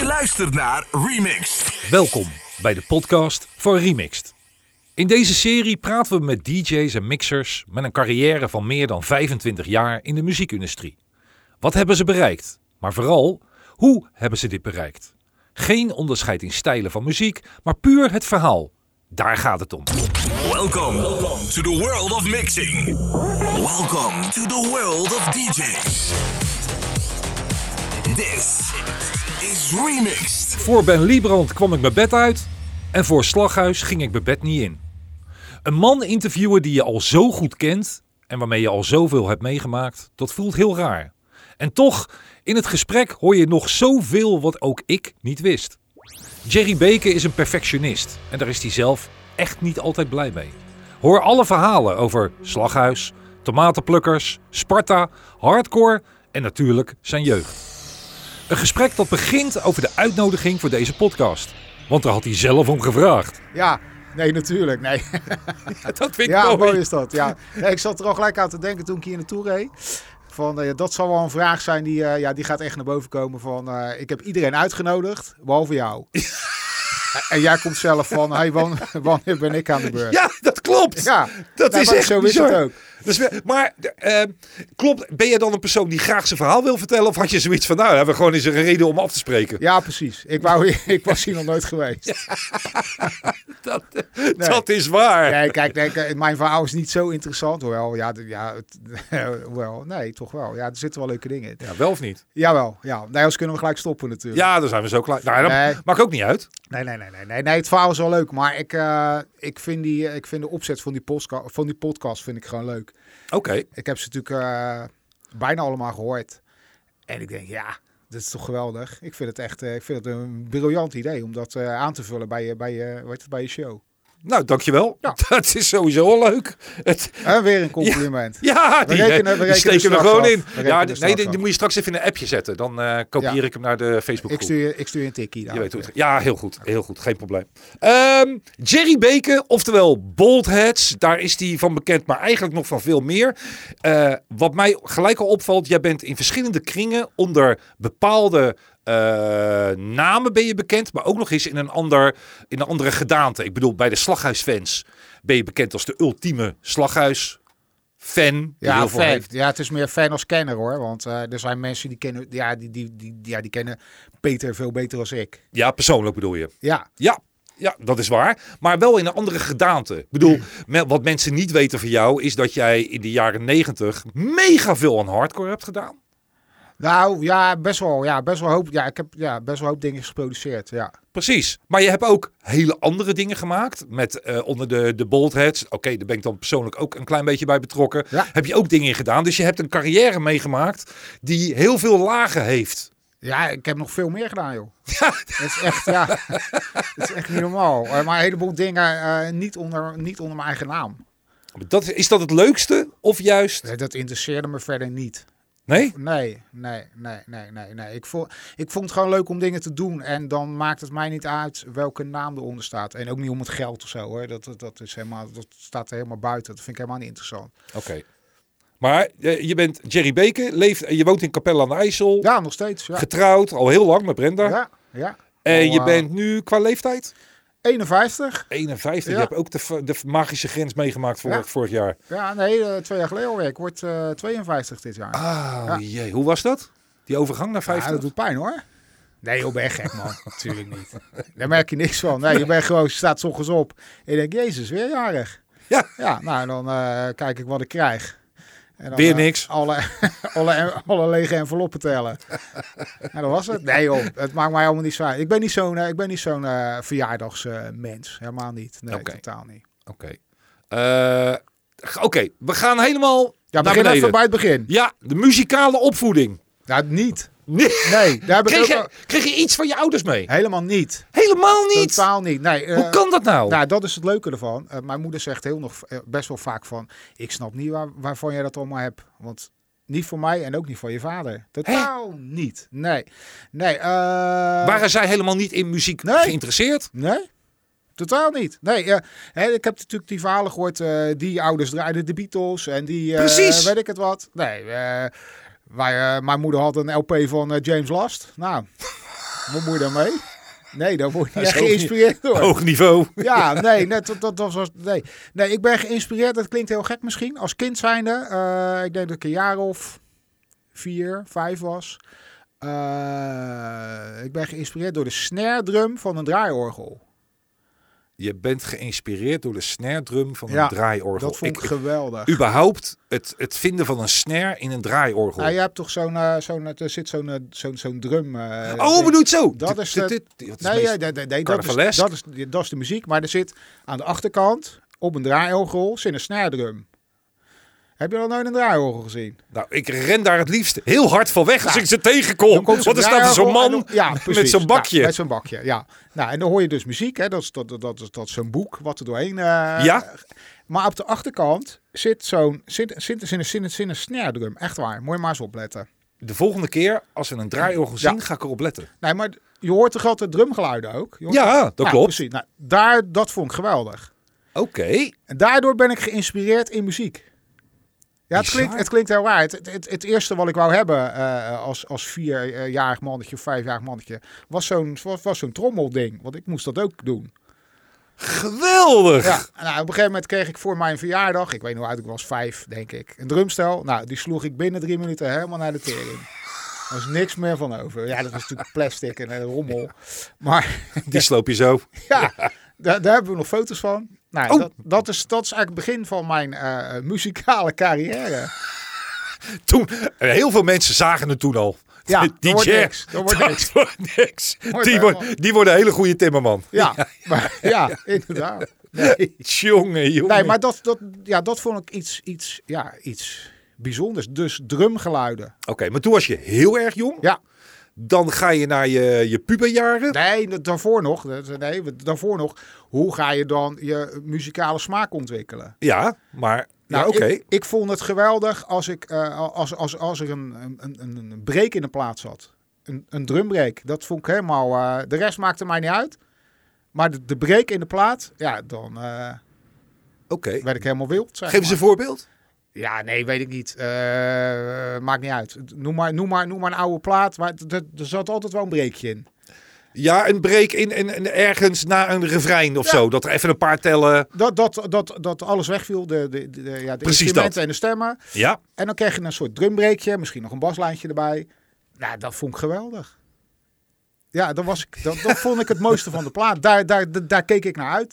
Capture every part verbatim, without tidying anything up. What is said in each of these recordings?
luistert naar Remixed. Welkom bij de podcast van Remixed. In deze serie praten we met D J's en mixers met een carrière van meer dan vijfentwintig jaar in de muziekindustrie. Wat hebben ze bereikt? Maar vooral, hoe hebben ze dit bereikt? Geen onderscheid in stijlen van muziek, maar puur het verhaal. Daar gaat het om. Welcome to the world of mixing. Welcome to the world of D J's. This is Remixed. Voor Ben Liebrand kwam ik mijn bed uit en voor Slaghuis ging ik mijn bed niet in. Een man interviewen die je al zo goed kent en waarmee je al zoveel hebt meegemaakt, dat voelt heel raar. En toch, in het gesprek hoor je nog zoveel wat ook ik niet wist. Jerry Beke is een perfectionist en daar is hij zelf echt niet altijd blij mee. Hoor alle verhalen over Slaghuis, tomatenplukkers, Sparta, hardcore en natuurlijk zijn jeugd. Een gesprek dat begint over de uitnodiging voor deze podcast. Want daar had hij zelf om gevraagd. Ja, nee, natuurlijk. Nee. Dat vind ik ja, mooi. mooi is dat. Ja. Nee, ik zat er al gelijk aan te denken toen ik hier naartoe reed. Van, uh, dat zal wel een vraag zijn die, uh, ja, die gaat echt naar boven komen. Van, uh, ik heb iedereen uitgenodigd, behalve jou. En jij komt zelf van, hey, wanneer ben ik aan de beurt? Ja, dat klopt. Ja, dat nee, is echt zo bizar. is het ook. Dus, maar uh, klopt, ben je dan een persoon die graag zijn verhaal wil vertellen? Of had je zoiets van, nou, hebben we gewoon eens een reden om af te spreken? Ja, precies. Ik, wou, ik was hier nog nooit geweest. Ja, dat, nee. dat is waar. Nee, kijk, nee, mijn verhaal is niet zo interessant. Hoewel, ja, ja het, wel, nee, toch wel. Ja, er zitten wel leuke dingen in. Ja, wel of niet? Jawel, ja. Nee, anders kunnen we gelijk stoppen natuurlijk. Ja, dan zijn we zo klaar. Nou, dat nee. maakt ook niet uit. Nee, nee, nee, nee, nee, nee. Het verhaal is wel leuk, maar ik, uh, ik, vind die, ik vind de opzet van die, postka- van die podcast vind ik gewoon leuk. Oké. Okay. Ik heb ze natuurlijk uh, bijna allemaal gehoord. En ik denk, ja, dat is toch geweldig. Ik vind het echt uh, ik vind het een briljant idee om dat uh, aan te vullen bij je, bij je, weet het, bij je show. Nou, dankjewel. Ja. Dat is sowieso al leuk. Het... En weer een compliment. Ja, ja die, we rekenen, we die steken we gewoon in. Ja, nee, die, die moet je straks even in een appje zetten. Dan uh, kopieer ja. ik hem naar de Facebook ik stuur, ik stuur een tikkie. Je weet hoe het, ja, heel goed. Heel goed. Geen probleem. Um, Jerry Beke, oftewel Boldheads. Daar is hij van bekend, maar eigenlijk nog van veel meer. Uh, wat mij gelijk al opvalt. Jij bent in verschillende kringen onder bepaalde... Uh, namen ben je bekend, maar ook nog eens in een, ander, in een andere gedaante. Ik bedoel, bij de Slaghuisfans ben je bekend als de ultieme Slaghuis-fan. Ja, fan. Heeft. Ja, het is meer fan als kenner hoor. Want uh, er zijn mensen die kennen, ja, die, die, die, ja, die kennen Peter veel beter als ik. Ja, persoonlijk bedoel je? Ja. Ja. Ja, dat is waar. Maar wel in een andere gedaante. Ik bedoel, me, wat mensen niet weten van jou is dat jij in de jaren negentig mega veel aan hardcore hebt gedaan. Nou, ja, best wel. Ja, best wel hoop. Ja, ik heb ja, best wel hoop dingen geproduceerd. Ja. Precies. Maar je hebt ook hele andere dingen gemaakt. Met uh, onder de, de Boldheads. Oké, okay, daar ben ik dan persoonlijk ook een klein beetje bij betrokken. Ja. Heb je ook dingen in gedaan. Dus je hebt een carrière meegemaakt die heel veel lagen heeft. Ja, ik heb nog veel meer gedaan, joh. Ja. Dat is echt, ja. Dat is echt niet normaal. Uh, maar een heleboel dingen uh, niet, onder, niet onder mijn eigen naam. Dat, is dat het leukste? Of juist? Nee, dat interesseerde me verder niet. Nee? Nee, nee, nee, nee, nee, nee. Ik vond, ik vond het gewoon leuk om dingen te doen. En dan maakt het mij niet uit welke naam eronder staat. En ook niet om het geld of zo, hoor. Dat, dat, dat, is helemaal, dat staat er helemaal buiten. Dat vind ik helemaal niet interessant. Oké. Okay. Maar uh, je bent Jerry Beke, leeft, je woont in Capelle aan de IJssel. Ja, nog steeds. Ja. Getrouwd, al heel lang met Brenda. Ja, ja. En al, je bent nu qua leeftijd? eenenvijftig. eenenvijftig, ja. Je hebt ook de, de magische grens meegemaakt vorig, ja. vorig jaar. Ja, nee, uh, twee jaar geleden alweer. Ik word uh, tweeënvijftig dit jaar. Ah, ja. Jee. Hoe was dat? Die overgang naar vijftig? Ja, dat doet pijn hoor. Nee, joh, ben je gek man. Natuurlijk niet. Daar merk je niks van. Nee, je bent gewoon, je staat 's ochtends op. En je denkt, jezus, weer jarig. Ja. Ja, nou dan uh, kijk ik wat ik krijg. En dan, weer niks. Uh, alle, alle, alle lege enveloppen tellen. En dat was het. Nee joh, het maakt mij allemaal niet zo uit. Ik ben niet zo'n, uh, ik ben niet zo'n uh, verjaardagsmens. Uh, Helemaal niet. Nee, okay. Totaal niet. Oké. Okay. Uh, Oké, okay. We gaan helemaal Ja, begin even bij het begin. Ja, de muzikale opvoeding. Nou, niet. Nee. Nee, daar heb ik kreeg, ook je, al... kreeg je iets van je ouders mee? Helemaal niet. Helemaal niet? Totaal niet. Nee, uh, Hoe kan dat nou? Nou, dat is het leuke ervan. Uh, mijn moeder zegt heel nog, uh, best wel vaak van... Ik snap niet waar, waarvan jij dat allemaal hebt. Want niet voor mij en ook niet voor je vader. Totaal Hè? niet. Nee. nee uh... Waren zij helemaal niet in muziek nee. geïnteresseerd? Nee. Totaal niet. Nee, uh, hè, ik heb natuurlijk die verhalen gehoord. Uh, die ouders draaiden de Beatles. En die, uh, Precies. weet ik het wat. Nee, uh, wij, uh, mijn moeder had een L P van uh, James Last. Nou... Wat moet je daarmee? Nee, daar word je Dat niet is echt geïnspireerd door. Hoog niveau. Ja, nee, net, dat, dat, dat was, nee. nee, ik ben geïnspireerd. Dat klinkt heel gek misschien. Als kind zijnde, uh, ik denk dat ik een jaar of vier, vijf was. Uh, ik ben geïnspireerd door de snare drum van een draaiorgel. Je bent geïnspireerd door de snare drum van Ja, een draaiorgel. Dat vond ik, ik geweldig. Überhaupt het, het vinden van een snare in een draaiorgel. Nou, je hebt toch zo'n, uh, zo'n er zit zo'n, uh, zo'n, zo'n drum. Uh, oh, ding. bedoel je het zo? Dat is de- Dit- dit- dit is Nee, meest nee, nee, nee, nee dat, is, carnavalesk. dat, is, dat is de muziek. Maar er zit aan de achterkant op een draaiorgel zit een snare drum. Heb je al nooit een draaiorgel gezien? Nou, ik ren daar het liefst heel hard van weg als Nou, ik ze tegenkom. Dan komt Want er staat er zo'n draaiorgel man en dan- ja, met precies. zo'n bakje. Ja, met zo'n bakje, ja. Nou, en dan hoor je dus muziek. Hè. Dat is, dat, dat, dat, dat is zo'n boek wat er doorheen... Uh, Ja. Maar op de achterkant zit zo'n zit, zit, zit, zit, zit een snare drum. Echt waar. Moet je maar eens opletten. De volgende keer als we een draaiorgel Ja. zien, ga ik erop letten. Nee, maar je hoort toch altijd drumgeluiden ook? Je hoort- Ja, dat Nou, klopt. Precies. Nou, daar, dat vond ik geweldig. Oké. En daardoor ben ik geïnspireerd in muziek. Ja, het Bizar. klinkt, het klinkt heel raar. Het, het, het, het eerste wat ik wou hebben uh, als, als vierjarig mannetje of vijfjarig mannetje... was zo'n, was, was zo'n trommelding. Want ik moest dat ook doen. Geweldig. Ja, nou, op een gegeven moment kreeg ik voor mijn verjaardag... ik weet niet hoe oud ik was, vijf denk ik... een drumstel. Nou, die sloeg ik binnen drie minuten helemaal naar de tering. Er was niks meer van over. Ja, dat was natuurlijk plastic en een rommel. Maar Die sloop je zo. ja, daar, daar hebben we nog foto's van. Nou, Oh. dat, dat, is, dat is eigenlijk het begin van mijn uh, muzikale carrière. Toen, heel veel mensen zagen het toen al. Ja, Die dat wordt jazz, niks. Dat wordt dat niks. wordt niks. Wordt Die, helemaal- wordt, die worden een hele goede timmerman. Ja, maar, ja, inderdaad. Nee, Jongen, jongen. nee maar dat, dat, ja, dat vond ik iets, iets, ja, iets bijzonders. Dus drumgeluiden. Oké, maar toen was je heel erg jong. Ja, Dan ga je naar je, je puberjaren. nee, dat- daarvoor nog. dat- Nee, daarvoor nog. Hoe ga je dan je muzikale smaak ontwikkelen? Ja, maar Nou, ja, oké. ik, ik vond het geweldig als, ik, uh, als, als, als er een, een, een, een break in de plaats zat. Een, een drumbreak. Dat vond ik helemaal... Uh, de rest maakte mij niet uit. Maar de, de break in de plaat, ja, dan uh, Oké. werd ik helemaal wild. Zeg Geef eens maar. een voorbeeld. Ja, nee, weet ik niet. Uh, maakt niet uit. Noem maar, noem maar, noem maar een oude plaat. Maar d- d- er zat altijd wel een breakje in. Ja, een break in, in, in ergens na een refrein of Ja. zo. Dat er even een paar tellen. Dat, dat, dat, dat alles wegviel. De, de, de, ja, de Precies instrumenten dat. en de stemmen. Ja. En dan kreeg je een soort drumbreakje. Misschien nog een baslijntje erbij. Nou, dat vond ik geweldig. Ja, dat, was ik, dat, dat vond ik het mooiste van de plaat. Daar, daar, daar, daar keek ik naar uit.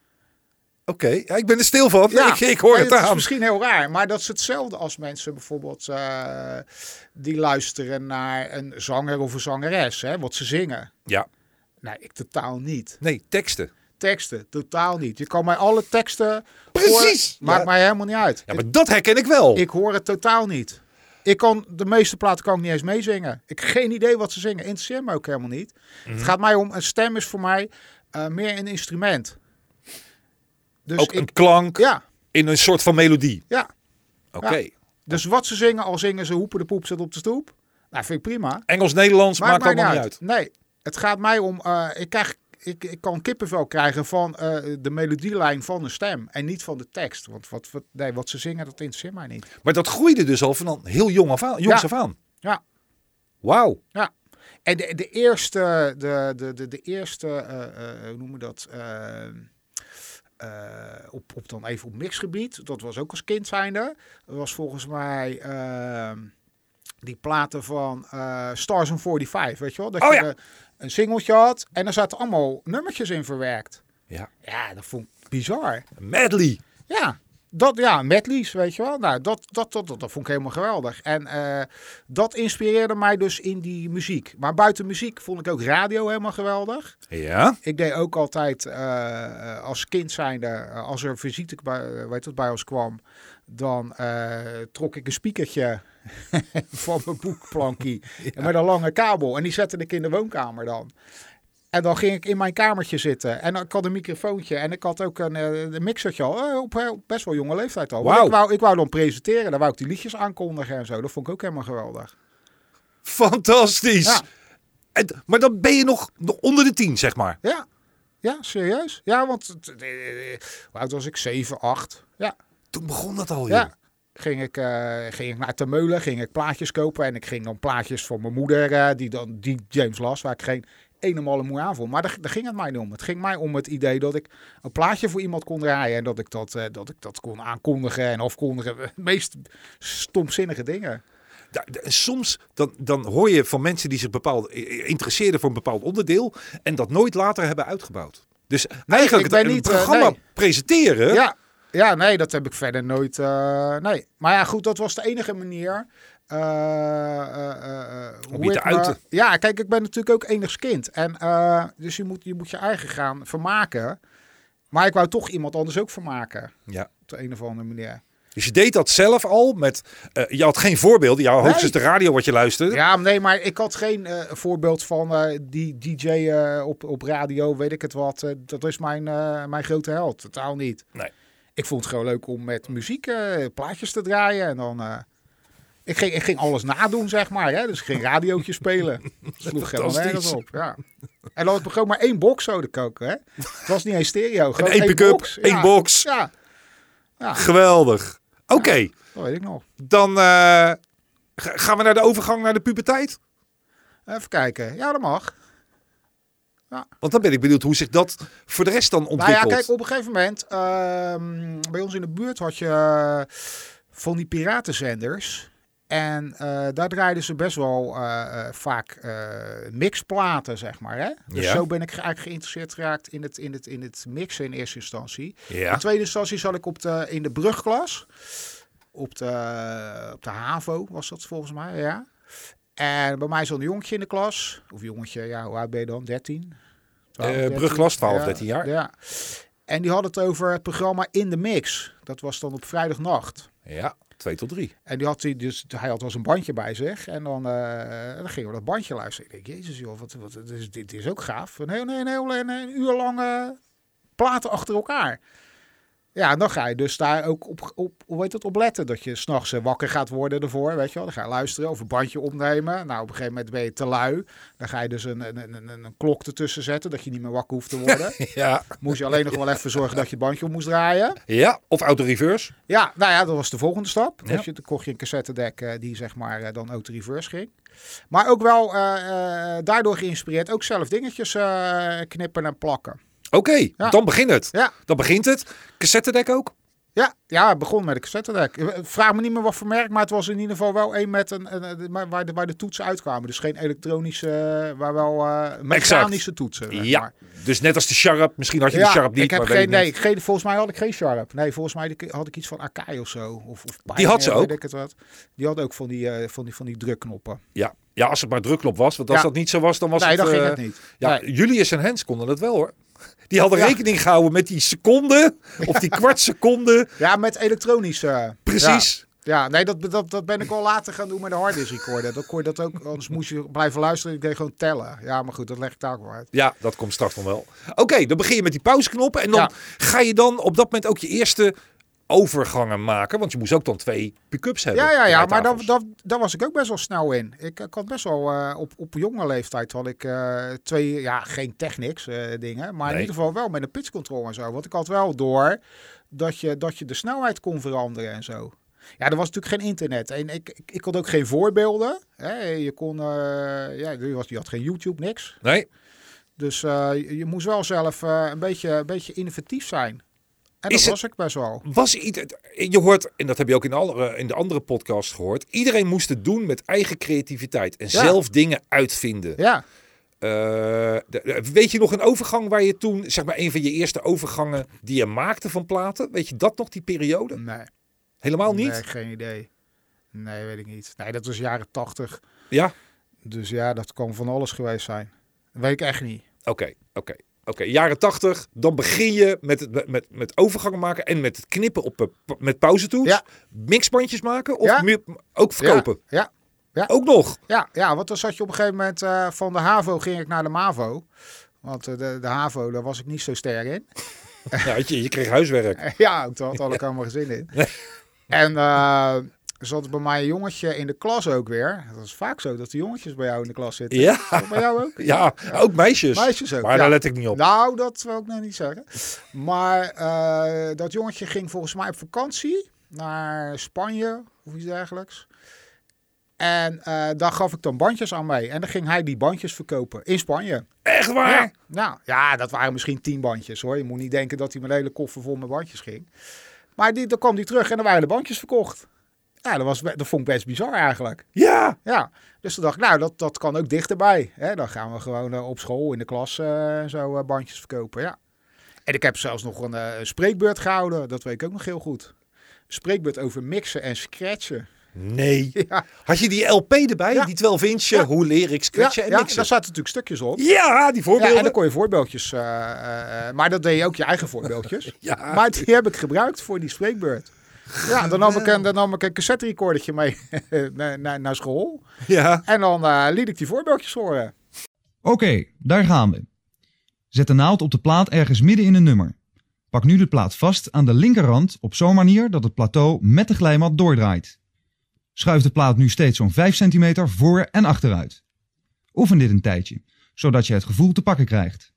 Oké, ja, ik ben er stil van. Ja, ik, ik hoor nee, het het is aan. misschien heel raar, maar dat is hetzelfde als mensen bijvoorbeeld uh, die luisteren naar een zanger of een zangeres, hè, wat ze zingen. Ja, Nee, ik totaal niet. nee, teksten. Teksten, totaal niet. Je kan mij alle teksten Precies, horen, maakt ja. mij helemaal niet uit. Ja, maar dat herken ik wel. Ik hoor het totaal niet. Ik kan de meeste platen kan ik niet eens meezingen. Ik heb geen idee wat ze zingen. Interesseert me ook helemaal niet. Mhm. Het gaat mij om, een stem is voor mij uh, meer een instrument. Dus Ook ik, een klank ja, in een soort van melodie. ja. Oké. Ja. Dus wat ze zingen, al zingen ze hoepen de poep zit op de stoep. Nou, vind ik prima. Engels-Nederlands maakt, mij allemaal niet uit. Nee, het gaat mij om, uh, ik, krijg, ik, ik kan kippenvel krijgen van uh, de melodielijn van een stem. En niet van de tekst. Want wat, wat, nee, wat ze zingen, dat interesseert mij niet. Maar dat groeide dus al van heel jong af aan. Jongs Ja. af aan. Ja. Wauw. Ja. En de, de eerste, de, de, de, de eerste, uh, uh, hoe noemen we dat, uh, uh, op, op dan even op mixgebied, dat was ook als kind zijnde, dat was volgens mij uh, die platen van uh, Stars on vijfenveertig, weet je wel? Dat Oh je ja. de, een singeltje had en er zaten allemaal nummertjes in verwerkt. Ja. Ja, dat vond ik bizar. Medley. Ja, dat, ja, medleys, weet je wel. Nou, dat, dat, dat, dat, dat vond ik helemaal geweldig. En uh, dat inspireerde mij dus in die muziek. Maar buiten muziek vond ik ook radio helemaal geweldig. Ja. Ik deed ook altijd uh, als kind zijnde, uh, als er visite bij, weet het, bij ons kwam, dan uh, trok ik een speakertje van mijn boekplankie ja. met een lange kabel. En die zette ik in de woonkamer dan. En dan ging ik in mijn kamertje zitten. En ik had een microfoontje. En ik had ook een, een mixertje al. Op, op best wel jonge leeftijd al. Wow. Ik, wou, ik wou dan presenteren. Dan wou ik die liedjes aankondigen en zo. Dat vond ik ook helemaal geweldig. Fantastisch. Ja. En, maar dan ben je nog, nog onder de tien, zeg maar. Ja, ja, serieus. Ja, want hoe oud was ik? zeven, acht. Ja, Toen begon dat al, joh. ja. ging ik, uh, ging ik naar Termeulen, ging ik plaatjes kopen. En ik ging dan plaatjes voor mijn moeder, uh, die, dan, die James las, waar ik geen eenmaal moe aan vond. Maar daar, daar ging het mij niet om. Het ging mij om het idee dat ik een plaatje voor iemand kon draaien. En dat ik dat, uh, dat, ik dat kon aankondigen en afkondigen. De meest stomzinnige dingen. Ja, soms dan, dan hoor je van mensen die zich bepaald interesseerden voor een bepaald onderdeel en dat nooit later hebben uitgebouwd. Dus eigenlijk nee, het, niet, een programma uh, nee. presenteren. Ja, ja, nee, dat heb ik verder nooit. Uh, nee, maar ja, goed, dat was de enige manier. Uh, uh, uh, Om je te uiten. Me, ja, kijk, ik ben natuurlijk ook enigs kind. En uh, dus je moet, je moet je eigen gaan vermaken. Maar ik wou toch iemand anders ook vermaken. Ja. Op de een of andere manier. Dus je deed dat zelf al met... Uh, je had geen voorbeeld. Ja, hoogstens nee. de radio wat je luisterde. Ja, nee, maar ik had geen uh, voorbeeld van uh, die D J uh, op, op radio, weet ik het wat. Uh, dat is mijn, uh, mijn grote held. Totaal niet. Nee. Ik vond het gewoon leuk om met muziek uh, plaatjes te draaien. En dan... Uh, ik, ging, ik ging alles nadoen, zeg maar. Hè? Dus ik ging radiootje spelen. Dat sloeg helemaal nergens op. Ja. En dan had ik gewoon maar één box zo te koken. Hè? Het was niet eens stereo. Gewoon één één pick-up, box. één ja. box. Ja. Ja. Geweldig. Oké. Okay. Ja, dat weet ik nog. Dan uh, gaan we naar de overgang naar de puberteit. Even kijken. Ja, dat mag. Ja. Want dan ben ik benieuwd hoe zich dat voor de rest dan ontwikkelt. Nou ja, kijk, op een gegeven moment... Uh, bij ons in de buurt had je uh, van die piratenzenders. En uh, daar draaiden ze best wel uh, uh, vaak uh, mixplaten, zeg maar. Hè? Dus ja. zo ben ik eigenlijk geïnteresseerd geraakt in het, in het, in het mixen in eerste instantie. Ja. In tweede instantie zat ik op de, in de brugklas. Op de, op de HAVO was dat volgens mij, ja. En bij mij zat een jongetje in de klas. Of jongetje, ja, hoe oud ben je dan? dertien? twaalf, uh, brugklas, twaalf, ja, dertien jaar. Ja. En die had het over het programma In de Mix. Dat was dan op vrijdagnacht. Ja, twee tot drie. En die had hij dus, hij had wel eens een bandje bij zich. En dan, uh, dan gingen we dat bandje luisteren. Ik denk, jezus joh, wat, wat, dit, is, dit is ook gaaf. Een heel, een heel, een, een uur lang uh, platen achter elkaar. Ja, en dan ga je dus daar ook op, op, hoe heet het, op letten. Dat je s'nachts uh, wakker gaat worden ervoor, weet je wel. Dan ga je luisteren of een bandje opnemen. Nou, op een gegeven moment ben je te lui. Dan ga je dus een, een, een, een klok ertussen zetten, dat je niet meer wakker hoeft te worden. Ja. Moest je alleen nog wel even zorgen dat je het bandje op moest draaien. Ja, of auto-reverse. Ja, nou ja, dat was de volgende stap. Ja. Dus je, dan kocht je een cassettedek uh, die zeg maar uh, dan auto-reverse ging. Maar ook wel uh, uh, daardoor geïnspireerd. Ook zelf dingetjes uh, knippen en plakken. Oké, okay, ja. dan begint het. Ja. Dan begint het. Cassettedek ook? Ja, ja, het begon met een cassettedek. Vraag me niet meer wat voor merk, maar het was in ieder geval wel een met een, een, een waar, de, waar de toetsen uitkwamen. Dus geen elektronische, maar wel uh, mechanische exact. toetsen. Ja, maar. Dus net als de Sharp. Misschien had je ja, de Sharp niet. Ik heb maar geen, nee, niet. geen, volgens mij had ik geen Sharp. Nee, volgens mij had ik iets van Akai of zo. Of, of die had ze ook. Ik het wat. Die had ook van die, uh, van die, van die drukknoppen. Ja. Ja, als het maar drukknop was. Want als ja. dat niet zo was, dan was nee, het... Nee, dan uh, ging het niet. Ja, nee. Julius en Hens konden dat wel hoor. Die hadden ja. rekening gehouden met die seconde. Of die kwart seconde. Ja, met elektronische. Precies. Ja, ja nee, dat, dat, dat ben ik al later gaan doen met de harddisk recorder. Dat kon je dat ook, anders moest je blijven luisteren. Ik deed gewoon tellen. Ja, maar goed, dat leg ik daar ook wel uit. Ja, dat komt straks nog wel. Oké, okay, dan begin je met die pauzeknoppen. En dan ja. ga je dan op dat moment ook je eerste overgangen maken. Want je moest ook dan twee pick-ups hebben. Ja, ja, ja, maar daar, daar, daar was ik ook best wel snel in. Ik, ik had best wel, uh, op, op jonge leeftijd had ik uh, twee, ja, geen Technics uh, dingen. Maar nee. in ieder geval wel met een pitch control en zo. Want ik had wel door dat je, dat je de snelheid kon veranderen en zo. Ja, er was natuurlijk geen internet. En ik, ik, ik had ook geen voorbeelden. Hè. Je kon, uh, ja, je, was, je had geen YouTube, niks. Nee. Dus uh, je, je moest wel zelf uh, een, beetje, een beetje innovatief zijn. En dat is was het, ik best wel. Was iets, je hoort, en dat heb je ook in de, andere, in de andere podcast gehoord. Iedereen moest het doen met eigen creativiteit. En ja. zelf dingen uitvinden. Ja. Uh, de, weet je nog een overgang waar je toen, zeg maar een van je eerste overgangen die je maakte van platen? Weet je dat nog, die periode? Nee. Helemaal niet? Nee, geen idee. Nee, weet ik niet. Nee, dat was jaren tachtig. Ja? Dus ja, dat kan van alles geweest zijn. Dat weet ik echt niet. Oké, okay, oké. Okay. Oké, okay, jaren tachtig, dan begin je met, het, met, met overgangen maken en met het knippen op, met pauzetoets. Ja. Mixbandjes maken of ja. meer, ook verkopen? Ja. ja. ja. Ook nog? Ja, ja, want dan zat je op een gegeven moment uh, van de HAVO ging ik naar de MAVO. Want uh, de, de HAVO, daar was ik niet zo sterk in. Ja, je, je kreeg huiswerk. Ja, daar had ik allemaal gezin in. En uh, zat bij mij een jongetje in de klas ook weer. Dat is vaak zo dat de jongetjes bij jou in de klas zitten. Ja. Bij jou ook? Ja, ja, ook meisjes. Meisjes ook. Maar ja. daar let ik niet op. Nou, dat wil ik nog niet zeggen. Maar uh, dat jongetje ging volgens mij op vakantie naar Spanje of iets dergelijks. En uh, daar gaf ik dan bandjes aan mee. En dan ging hij die bandjes verkopen in Spanje. Echt waar? Ja, nou, ja, dat waren misschien tien bandjes hoor. Je moet niet denken dat hij met een hele koffer vol met bandjes ging. Maar die, dan kwam hij terug en dan waren de bandjes verkocht. Ja, dat, was, dat vond ik best bizar eigenlijk. Ja. Ja, dus toen dacht ik, nou, dat, dat kan ook dichterbij. Hè? Dan gaan we gewoon uh, op school, in de klas, uh, zo uh, bandjes verkopen, ja. En ik heb zelfs nog een uh, spreekbeurt gehouden. Dat weet ik ook nog heel goed. Een spreekbeurt over mixen en scratchen. Nee. Ja. Had je die L P erbij? Ja. Die twaalf inch, ja. Hoe leer ik scratchen ja, en ja, mixen? daar zaten natuurlijk stukjes op. Ja, die voorbeelden. Ja, en dan kon je voorbeeldjes. Uh, uh, maar dat deed je ook je eigen voorbeeldjes. Ja. Maar die heb ik gebruikt voor die spreekbeurt. Ja, dan nam ik een, dan nam ik een cassette recordertje mee naar, naar, naar school. Ja. En dan uh, liet ik die voorbeeldjes horen. Oké, okay, daar gaan we. Zet de naald op de plaat ergens midden in een nummer. Pak nu de plaat vast aan de linkerrand op zo'n manier dat het plateau met de glijmat doordraait. Schuif de plaat nu steeds zo'n vijf centimeter voor en achteruit. Oefen dit een tijdje, zodat je het gevoel te pakken krijgt.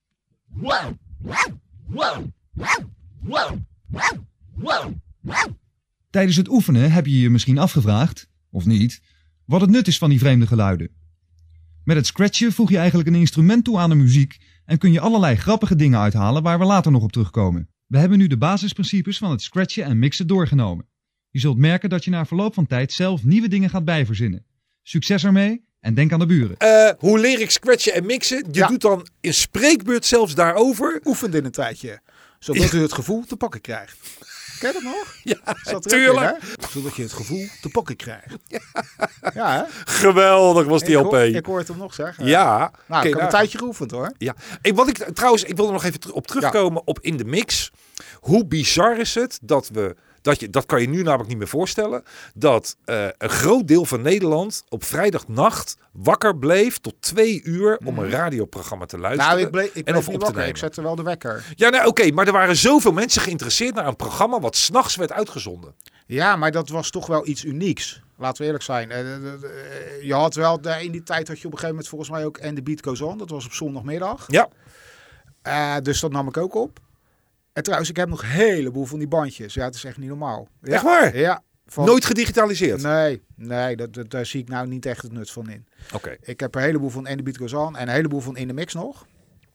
Tijdens het oefenen heb je je misschien afgevraagd, of niet, wat het nut is van die vreemde geluiden. Met het scratchen voeg je eigenlijk een instrument toe aan de muziek en kun je allerlei grappige dingen uithalen waar we later nog op terugkomen. We hebben nu de basisprincipes van het scratchen en mixen doorgenomen. Je zult merken dat je na verloop van tijd zelf nieuwe dingen gaat bijverzinnen. Succes ermee en denk aan de buren. Uh, hoe leer ik scratchen en mixen? Je Ja. doet dan een spreekbeurt zelfs daarover. Oefende in een tijdje. Zodat u het gevoel te pakken krijgt. Ken je dat nog? Ja, Zat er ook tuurlijk. in, hè? Zodat je het gevoel te pakken krijgt. Ja, hè? Geweldig was die ik L P. Hoor, ik hoor het hem nog zeggen. Ja. Nou, Oké, ik heb nou, een tijdje geoefend hoor. Ja. En wat ik trouwens, ik wil er nog even ter- op terugkomen op in de mix. Hoe bizar is het dat we, dat je, dat kan je nu namelijk niet meer voorstellen, dat uh, een groot deel van Nederland op vrijdagnacht wakker bleef tot twee uur om een radioprogramma te luisteren. Nou, ik bleef, ik en bleef of niet op te wakker. nemen. Ik zette wel de wekker. Ja, nou, oké, okay, maar er waren zoveel mensen geïnteresseerd naar een programma wat 's nachts werd uitgezonden. Ja, maar dat was toch wel iets unieks. Laten we eerlijk zijn. Uh, uh, uh, je had wel, uh, in die tijd had je op een gegeven moment volgens mij ook And The Beat Goes On. Dat was op zondagmiddag. Ja. Uh, dus dat nam ik ook op. En trouwens, ik heb nog een heleboel van die bandjes. Ja, het is echt niet normaal. Ja. Echt waar? Ja. Van... Nooit gedigitaliseerd? Nee, nee dat, dat, daar zie ik nou niet echt het nut van in. Oké. Okay. Ik heb een heleboel van And The Beat Goes On en een heleboel van In The Mix nog.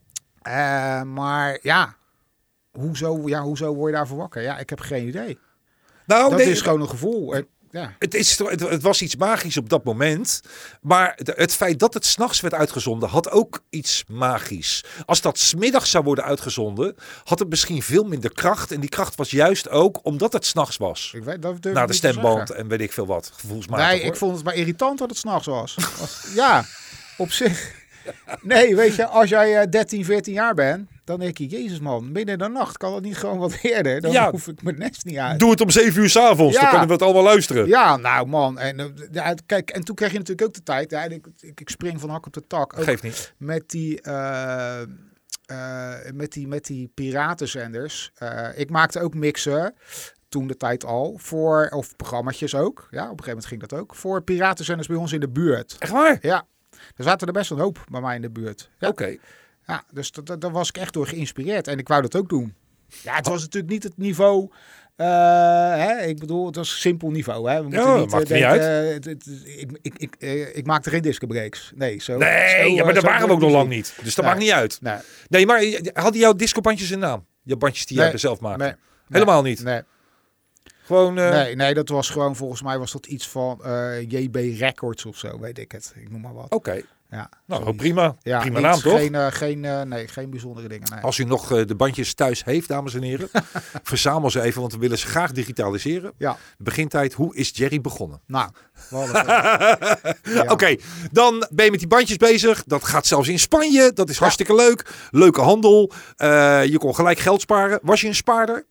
Uh, maar ja, hoezo, ja, hoezo word je daarvoor wakker? Ja, ik heb geen idee. Nou, dat nee, is gewoon een gevoel. En, ja. Het, is, het, het was iets magisch op dat moment. Maar de, het feit dat het 's nachts werd uitgezonden had ook iets magisch. Als dat 's middags zou worden uitgezonden, had het misschien veel minder kracht. En die kracht was juist ook omdat het 's nachts was. Ik weet, dat durf Naar ik de niet te stemband zeggen. en weet ik veel wat. Gevoelsmatig. Nee, hoor. ik vond het maar irritant dat het 's nachts was. was. Ja, op zich. Nee, weet je, als jij uh, dertien, veertien jaar bent, dan denk je, jezus man, midden in de nacht kan het niet gewoon wat eerder. Dan Ja. hoef ik mijn nest niet uit. Doe het om zeven uur 's avonds, Ja. dan kunnen we het allemaal luisteren. Ja, nou man. En, uh, ja, kijk, en toen kreeg je natuurlijk ook de tijd. Ja, ik, ik, ik spring van hak op de tak. Ook Geeft niet. met die, uh, uh, met die, met die piratenzenders. Uh, ik maakte ook mixen. Toen de tijd al. Voor, of programma's ook. Ja, op een gegeven moment ging dat ook. Voor piratenzenders bij ons in de buurt. Echt waar? Ja. Er zaten er best een hoop bij mij in de buurt. Ja. Oké. Okay. Ja, dus dat, dat, daar was ik echt door geïnspireerd. En ik wou dat ook doen. Ja, het was natuurlijk niet het niveau. Uh, hè, ik bedoel, het was simpel niveau. Hè. We moeten Ja, niet, maakt uh, niet denken, uit. uh, het, het, ik, ik, ik, uh, ik maakte geen discobreaks. Nee, zo. Nee, zo, ja, maar uh, daar zo waren we ook nog niet. lang niet. Dus dat Nee. maakt niet uit. Nee. Nee, maar hadden jouw discobandjes een naam? Jouw bandjes die Nee. jij zelf maakte? Nee. Helemaal niet? Nee. Gewoon... Uh... Nee, nee, dat was gewoon, volgens mij was dat iets van uh, J B Records of zo, weet ik het. Ik noem maar wat. Oké. Okay. Ja, nou, zoiets. prima. Ja, prima niet, naam, toch? Geen, uh, geen, uh, nee, geen bijzondere dingen. Nee. Als u nog uh, de bandjes thuis heeft, dames en heren, verzamel ze even, want we willen ze graag digitaliseren. Ja. Begintijd, hoe is Jerry begonnen? Nou, ja. Oké, okay, dan ben je met die bandjes bezig. Dat gaat zelfs in Spanje. Dat is ja. hartstikke leuk. Leuke handel. Uh, je kon gelijk geld sparen. Was je een spaarder?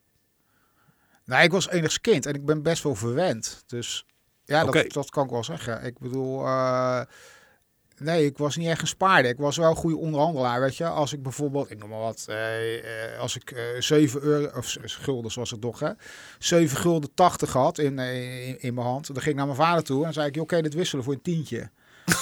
Nee, ik was enigszins kind en ik ben best wel verwend. Dus ja, okay. dat, dat kan ik wel zeggen. Ik bedoel, uh, nee, ik was niet echt een spaarder. Ik was wel een goede onderhandelaar, weet je. Als ik bijvoorbeeld, ik noem maar wat, uh, uh, als ik uh, zeven euro, of gulden was het toch, hè. zeven gulden tachtig had in, uh, in, in mijn hand. Dan ging ik naar mijn vader toe en zei ik, oké, okay, dit wisselen voor een tientje.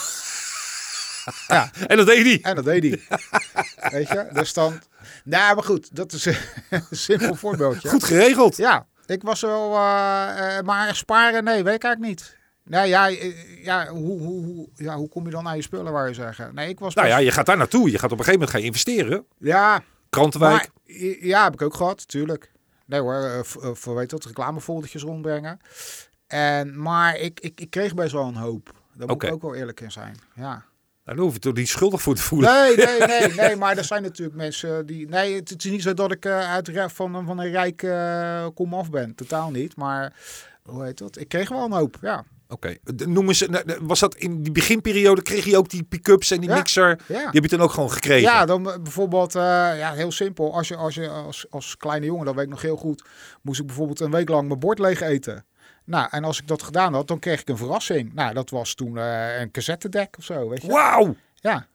Ja. En dat deed hij. En dat deed hij. Weet je, dus dan... Nou, maar goed, dat is een simpel voorbeeldje. Goed geregeld. Ja. Ik was wel... Uh, uh, maar sparen, nee, weet ik eigenlijk niet. Nee, ja, uh, ja, hoe, hoe, hoe, ja, hoe kom je dan aan je spullen, wou je zeggen? Nee, ik was Nou best... ja, je gaat daar naartoe. Je gaat op een gegeven moment gaan investeren. Ja, Krantenwijk. maar, ja, heb ik ook gehad, tuurlijk. Nee hoor, uh, uh, voor weet dat, reclamefoldertjes rondbrengen. En, maar ik, ik, ik kreeg best wel een hoop. Daar moet Okay. ik ook wel eerlijk in zijn, ja. Daar hoef je toch niet schuldig voor te voelen. Nee, nee, nee, nee, maar er zijn natuurlijk mensen die... Nee, het, het is niet zo dat ik uh, uit van, van een rijk uh, komaf ben. Totaal niet, maar hoe heet dat? Ik kreeg wel een hoop, ja. Oké, okay. Noem eens, was dat in die beginperiode, kreeg je ook die pick-ups en die ja, mixer? Ja. Die heb je dan ook gewoon gekregen? Ja, dan bijvoorbeeld, uh, ja, heel simpel. Als je, als je als, als kleine jongen, dat weet ik nog heel goed, moest ik bijvoorbeeld een week lang mijn bord leeg eten. Nou, en als ik dat gedaan had, dan kreeg ik een verrassing. Nou, dat was toen uh, een cassettedek of zo, weet je. Wauw! Ja.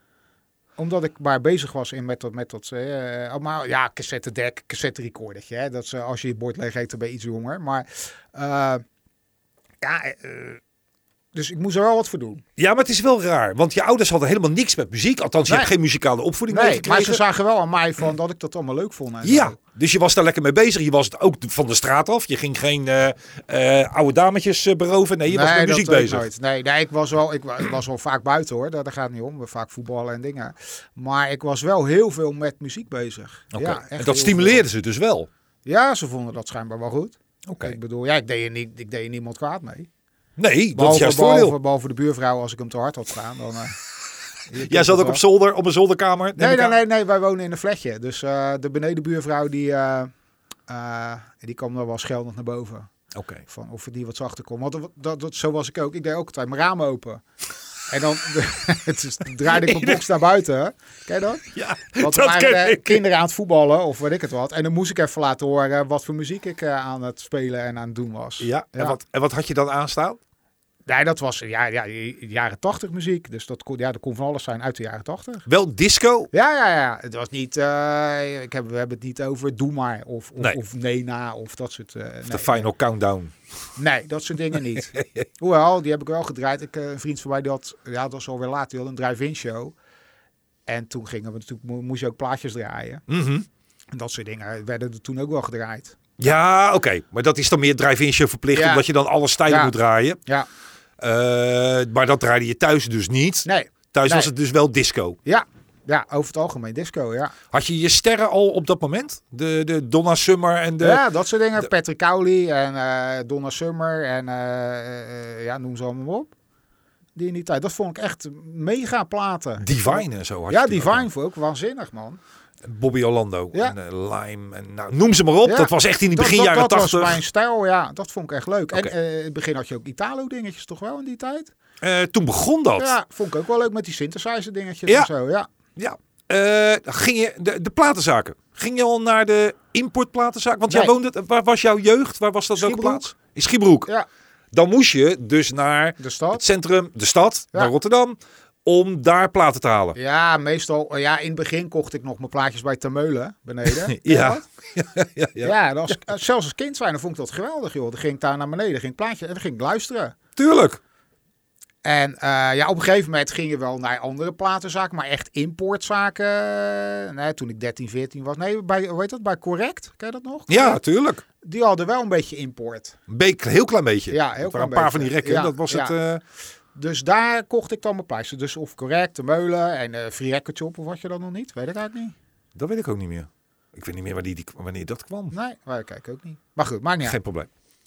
Omdat ik maar bezig was in met dat, met dat uh, maar ja, cassettedek, cassette recordertje. Hè? Dat is, uh, als je je bord leeg eet, dan ben je iets jonger. Maar uh, ja, uh, dus ik moest er wel wat voor doen. Ja, maar het is wel raar, want je ouders hadden helemaal niks met muziek. Althans, je nee. hebt geen muzikale opvoeding Nee, meegekregen. maar ze zagen wel aan mij van dat ik dat allemaal leuk vond. En ja, zo. dus je was daar lekker mee bezig. Je was het ook van de straat af. Je ging geen uh, uh, oude dametjes uh, beroven. Nee, je nee, was met muziek dat bezig. Nooit. Nee, nee, ik was wel, ik, ik was wel vaak buiten hoor. Daar, daar gaat het niet om. Vaak voetballen en dingen. Maar ik was wel heel veel met muziek bezig. Okay. Ja, en dat stimuleerde veel. Ze dus wel? Ja, ze vonden dat schijnbaar wel goed. Oké. Okay. Ik bedoel, ja, ik deed er niet, ik deed er niemand kwaad mee. Nee, behalve, dat is juist behalve, voordeel. Behalve de buurvrouw, als ik hem te hard had staan. Dan, uh, Jij zat ook op zolder, op een zolderkamer? Nee, nee, nee, nee, wij wonen in een flatje. Dus uh, de benedenbuurvrouw, die, uh, uh, die kwam dan wel scheldend naar boven. Oké. Okay. Van of er die wat zachter kon. Want dat, dat, dat, zo was ik ook. Ik deed ook altijd mijn ramen open. En dan dus, draaide ik mijn box naar buiten. Ken je dat? Ja, Want dat er waren ken ik. kinderen aan het voetballen of weet ik het wat. En dan moest ik even laten horen wat voor muziek ik uh, aan het spelen en aan het doen was. Ja, ja. En, wat, en wat had je dan aanstaan? Nee, dat was ja, ja, jaren tachtig muziek. Dus dat kon, ja, dat kon van alles zijn uit de jaren tachtig. Wel disco? Ja, ja, ja. Het was niet... Uh, ik heb, we hebben het niet over Doe Maar of, of, nee. of Nena of dat soort... Uh, of nee, de Final nee. Countdown. Nee, dat soort dingen niet. Hoewel, die heb ik wel gedraaid. Ik, uh, een vriend van mij, die had, ja, dat was alweer later, die had een drive-in show. En toen gingen we natuurlijk, moest je ook plaatjes draaien. Mm-hmm. En dat soort dingen werden er toen ook wel gedraaid. Ja, oké. Okay. Maar dat is dan meer drive-in show verplicht, ja. Omdat je dan alle stijlen ja. moet draaien. Ja. Uh, maar dat draaide je thuis dus niet. Nee. Thuis nee. was het dus wel disco. Ja. Ja, over het algemeen disco, ja. Had je je sterren al op dat moment? De, de Donna Summer en de... Ja, dat soort dingen. De... Patrick Cowley en uh, Donna Summer en uh, uh, ja, noem ze allemaal op. Die in die tijd. Dat vond ik echt mega platen. Divine en zo had Ja, je Divine vond ik ook waanzinnig, man. Bobby Orlando ja. en uh, Lime en nou, noem ze maar op. Ja. Dat was echt in die begin dat, jaren dat, dat tachtig. Dat was mijn stijl, ja. Dat vond ik echt leuk. Okay. En uh, in het begin had je ook Italo dingetjes toch wel in die tijd? Uh, toen begon dat. Ja, vond ik ook wel leuk met die synthesizer dingetjes ja. en zo, ja. Ja. Uh, ging je de, de platenzaken? Ging je al naar de importplatenzaak? Want nee. jij woonde, waar was jouw jeugd? Waar was dat welke plaats? In Schiebroek. Ja. Dan moest je dus naar de stad. Het centrum, de stad, ja. naar Rotterdam, om daar platen te halen. Ja, meestal. Ja, in het begin kocht ik nog mijn plaatjes bij Termeulen beneden. ja. ja. Ja, ja. Als, zelfs als kind zijn, dan vond ik dat geweldig, joh. Dan ging ik daar naar beneden, ging plaatje en dan ging ik luisteren. Tuurlijk. En uh, ja, op een gegeven moment ging je wel naar andere platenzaken, maar echt importzaken. Nee, toen ik dertien, veertien was. Nee, bij, hoe heet dat? Bij Correct. Ken je dat nog? Ja, tuurlijk. Die hadden wel een beetje import. Een heel klein beetje. Ja, heel klein een paar beetje. van die rekken, ja, dat was ja. het... Uh... Dus daar kocht ik dan mijn plaatjes. Dus of Correct, de Meulen en uh, Free Record Shop, of wat je dan nog niet? Weet ik eigenlijk niet. Dat weet ik ook niet meer. Ik weet niet meer wanneer, die, wanneer dat kwam. Nee, maar ik kijk ook niet. Maar goed, maakt niet uit. Geen probleem.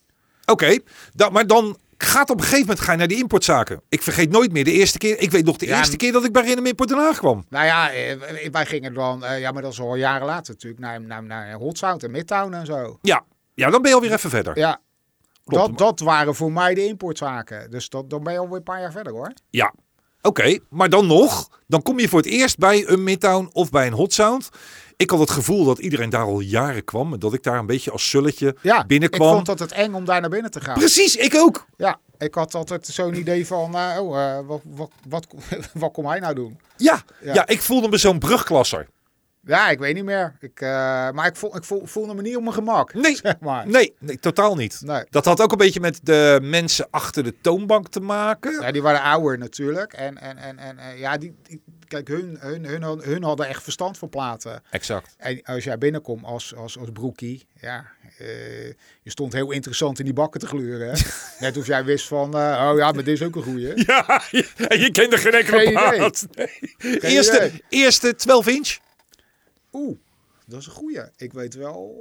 Oké, okay, maar dan gaat op een gegeven moment ga je naar die importzaken. Ik vergeet nooit meer de eerste keer. Ik weet nog de ja, eerste keer dat ik bij Random Import Den Haag kwam. Nou ja, wij gingen dan, ja, maar dat is al jaren later natuurlijk, naar, naar, naar Hot Sound en Midtown en zo. Ja, ja, dan ben je alweer even verder. Ja, Klopt, dat, dat waren voor mij de importzaken. Dus dat, dan ben je alweer een paar jaar verder, hoor. Ja, oké, okay, maar dan nog, dan kom je voor het eerst bij een Midtown of bij een Hot Sound. Ik had het gevoel dat iedereen daar al jaren kwam. En dat ik daar een beetje als sulletje ja, binnenkwam. Ik vond dat het eng om daar naar binnen te gaan. Precies, ik ook. Ja, ik had altijd zo'n idee van, uh, oh, uh, wat, wat, wat, wat kom hij nou doen? Ja, ja. ja ik voelde me zo'n brugklasser. Ja, ik weet niet meer. Ik, uh, maar ik, voel, ik voel, voelde me niet op mijn gemak. Nee, zeg maar. nee, nee, totaal niet. Nee. Dat had ook een beetje met de mensen achter de toonbank te maken. Ja, die waren ouder natuurlijk. En, en, en, en uh, ja, die, die, kijk, hun, hun, hun, hun hadden echt verstand van platen. Exact. En als jij binnenkomt als, als, als broekie, ja, uh, je stond heel interessant in die bakken te gluren. Hè? Net of jij wist van, uh, oh ja, maar dit is ook een goeie. Ja, en je kende geen enkele plaat. Nee. Eerste, eerste twaalf inch? Oeh, dat is een goeie. Ik weet wel...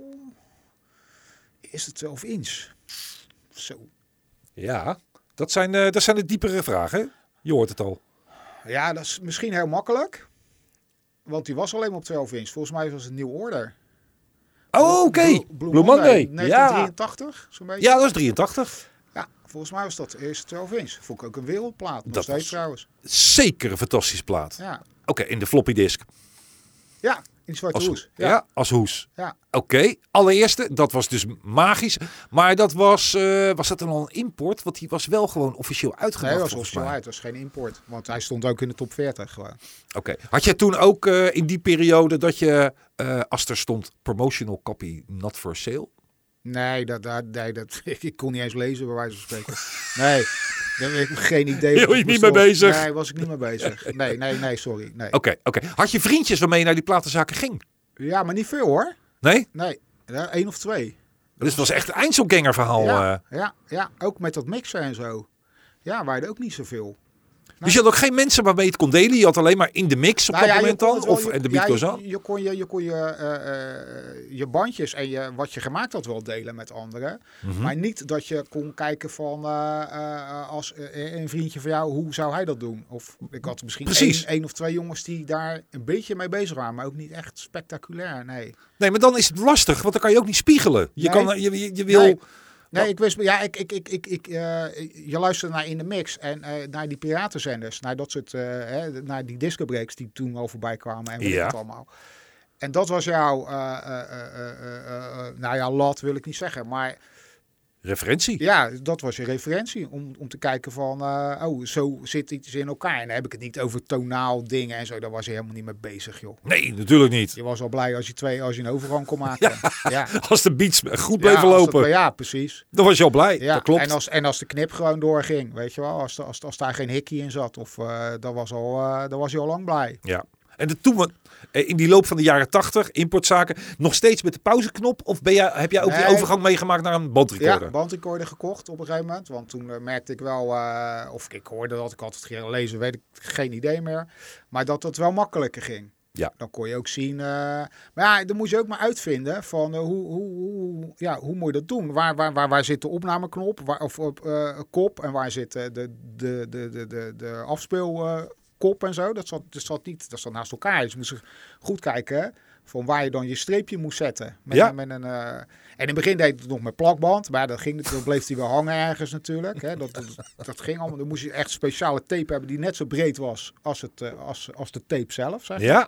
Eerste twaalf inch. Zo. Ja, dat zijn, uh, dat zijn de diepere vragen. Je hoort het al. Ja, dat is misschien heel makkelijk. Want die was alleen maar op twaalf inch. Volgens mij was het New Order. Oh, oké. Okay. Blue, Blue, Blue Monday. Monday. negentien drieëntachtig, ja. zo'n beetje. Ja, dat is drieëntachtig. Ja, volgens mij was dat de eerste twaalf inch. Vond ik ook een wereldplaat. Nog dat steeds trouwens. Zeker een fantastische plaat. Ja. Oké, okay, in de floppy disk. Ja, in zwarte als, hoes. Ja. ja, als hoes. Ja. Oké, okay. Allereerste, dat was dus magisch. Maar dat was, uh, was dat dan al een import? Want die was wel gewoon officieel uitgebracht. Nee, dat was officieel uit. Dat was geen import. Want hij stond ook in de top veertig gewoon. Oké. Okay. Had jij toen ook uh, in die periode dat je, uh, als er stond promotional copy not for sale? Nee, dat, dat, nee dat, ik, ik kon niet eens lezen bij wijze van spreken. Nee, daar heb ik geen idee. Heel je niet mee bezig? Nee, was ik niet mee bezig. Nee, nee, nee, sorry. Oké, nee. oké. Okay, okay. Had je vriendjes waarmee je naar die platenzaken ging? Ja, maar niet veel hoor. Nee? Nee, één of twee. Dus het was echt een Einzelganger verhaal. Ja, uh. ja, ja, ook met dat mixen en zo. Ja, waren er ook niet zoveel. Dus je had ook geen mensen waarmee je het kon delen? Je had alleen maar in de mix op nou dat ja, moment dan? Wel, of je, en de beat ja, goes on? Je, je kon je, je, kon je, uh, uh, je bandjes en je, wat je gemaakt had wel delen met anderen. Mm-hmm. Maar niet dat je kon kijken van uh, uh, als uh, een vriendje van jou, hoe zou hij dat doen? Of ik had misschien één, één of twee jongens die daar een beetje mee bezig waren. Maar ook niet echt spectaculair, nee. Nee, maar dan is het lastig, want dan kan je ook niet spiegelen. Je, nee. kan, je, je, je wil... Nee. Nee, ik wist, ja, ik, ik, ik, ik, ik, uh, je luisterde naar In de Mix en uh, naar die piratenzenders, naar dat soort, uh, hè, naar die discobreaks die toen al voorbij kwamen en weet ja. het allemaal. En dat was jouw, uh, uh, uh, uh, uh, nou ja, lat wil ik niet zeggen, maar... Referentie? Ja, dat was je referentie. Om, om te kijken van, uh, oh, zo zit iets in elkaar. En dan heb ik het niet over tonaal dingen en zo. Daar was je helemaal niet mee bezig, joh. Nee, natuurlijk niet. Je was al blij als je twee, als je een overgang kon maken. Ja, ja. Als de beats goed bleven ja, lopen. Dat, ja, precies. Dan was je al blij. Ja, dat klopt. En als, en als de knip gewoon doorging, weet je wel. Als, als, als daar geen hikkie in zat. Of uh, dan, was al, uh, dan was je al lang blij. Ja. En de, toen, in die loop van de jaren tachtig, importzaken, nog steeds met de pauzeknop? Of ben jij, heb jij ook nee. die overgang meegemaakt naar een bandrecorder? Ja, bandrecorder gekocht op een gegeven moment. Want toen uh, merkte ik wel, uh, of ik hoorde dat, ik altijd ging lezen, weet ik geen idee meer. Maar dat het wel makkelijker ging. Ja. Dan kon je ook zien. Uh, maar ja, dan moest je ook maar uitvinden van uh, hoe, hoe, hoe, ja, hoe moet je dat doen? Waar, waar, waar, waar zit de opnameknop? Waar, of op uh, kop? En waar zit uh, de, de, de, de, de, de afspeel... Uh, kop en zo, dat zat, dat zat niet, dat zat naast elkaar. Dus je moest goed kijken van waar je dan je streepje moest zetten. Met, ja. met een, uh... En in het begin deed het nog met plakband, maar dat ging, dan bleef hij wel hangen ergens natuurlijk. Hè. Dat, dat, dat ging allemaal. Dan moest je echt speciale tape hebben die net zo breed was als, het, uh, als, als de tape zelf. Zeg. Ja.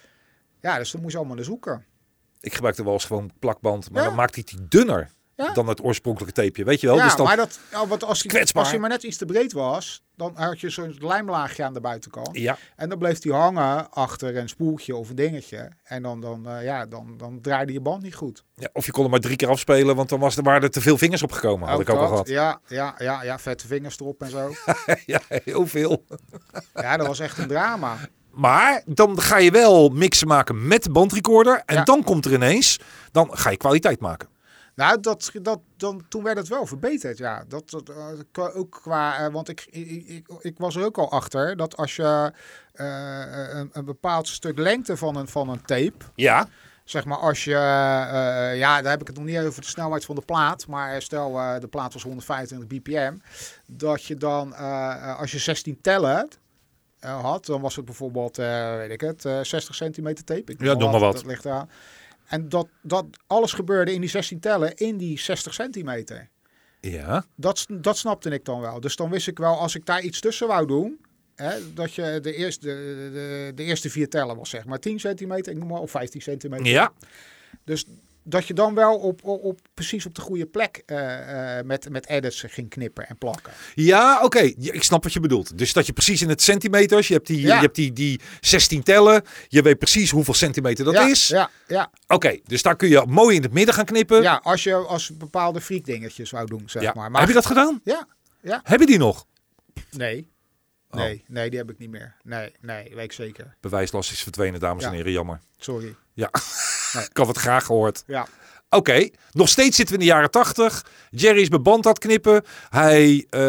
Ja, dus dan moest je allemaal naar zoeken. Ik gebruikte wel eens gewoon plakband, maar ja. dan maakte hij die dunner ja. dan het oorspronkelijke tapeje. Weet je wel? Ja, dus dan maar dat, ja, want als hij als maar net iets te breed was, dan had je zo'n lijmlaagje aan de buitenkant. Ja. En dan bleef hij hangen achter een spoeltje of een dingetje. En dan, dan, uh, ja, dan, dan draaide je band niet goed. Ja, of je kon er maar drie keer afspelen, want dan was er, waren er te veel vingers opgekomen. Had ook ik ook al gehad. Ja, ja, ja, ja, vette vingers erop en zo. Ja, heel veel. Ja, dat was echt een drama. Maar dan ga je wel mixen maken met de bandrecorder. En ja. dan komt er ineens, dan ga je kwaliteit maken. Nou, dat, dat, dan, toen werd het wel verbeterd, ja. Dat, dat, uh, ook qua, uh, want ik, ik, ik, ik was er ook al achter dat als je uh, een, een bepaald stuk lengte van een, van een tape... Ja. Zeg maar als je, uh, ja, daar heb ik het nog niet over de snelheid van de plaat. Maar stel, uh, de plaat was honderdvijfentwintig bpm. Dat je dan, uh, als je zestien tellen uh, had, dan was het bijvoorbeeld, uh, weet ik het, uh, zestig centimeter tape. Ik ja, doe maar wat. Dat ligt eraan. En dat, dat alles gebeurde in die zestien tellen in die zestig centimeter. Ja. Dat, dat snapte ik dan wel. Dus dan wist ik wel, als ik daar iets tussen wou doen, hè, dat je de eerste, de, de, de eerste vier tellen was zeg maar tien centimeter, ik noem maar, of vijftien centimeter. Ja. Dus dat je dan wel op, op, op precies op de goede plek uh, uh, met, met edits ging knippen en plakken. Ja, oké. Okay. Ik snap wat je bedoelt. Dus dat je precies in het centimeters, je hebt die, ja. je hebt die, die zestien tellen, je weet precies hoeveel centimeter dat ja, is. Ja, ja. Oké, okay, dus daar kun je mooi in het midden gaan knippen. Ja, als je als bepaalde freak dingetjes wou doen, zeg ja. maar. maar. Heb je dat gedaan? Ja, ja. Heb je die nog? Nee. Oh. Nee, nee, die heb ik niet meer. Nee, nee, weet ik zeker. Bewijslast is verdwenen, dames en Ja. heren. Jammer. Sorry. Ja, Nee. ik had het graag gehoord. Ja. Oké, okay. Nog steeds zitten we in de jaren tachtig. Jerry is mijn band aan het knippen. Hij uh,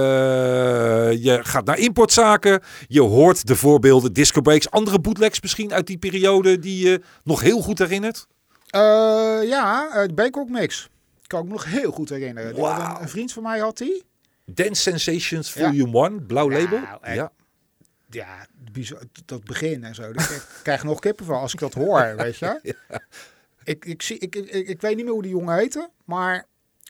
je gaat naar importzaken. Je hoort de voorbeelden, disco breaks, andere bootlegs misschien uit die periode die je nog heel goed herinnert. Uh, ja, uh, de Bangkok Mix. Kan ik me nog heel goed herinneren. Die Wow. had een, een vriend van mij had die. Dance Sensations Ja. Volume one, blauw Nou, label. echt. Ja. Ja, bizar, dat begin en zo. Ik krijg nog kippen van als ik dat hoor, weet je. Ja. Ik, ik, zie, ik, ik, ik weet niet meer hoe die jongen heette, maar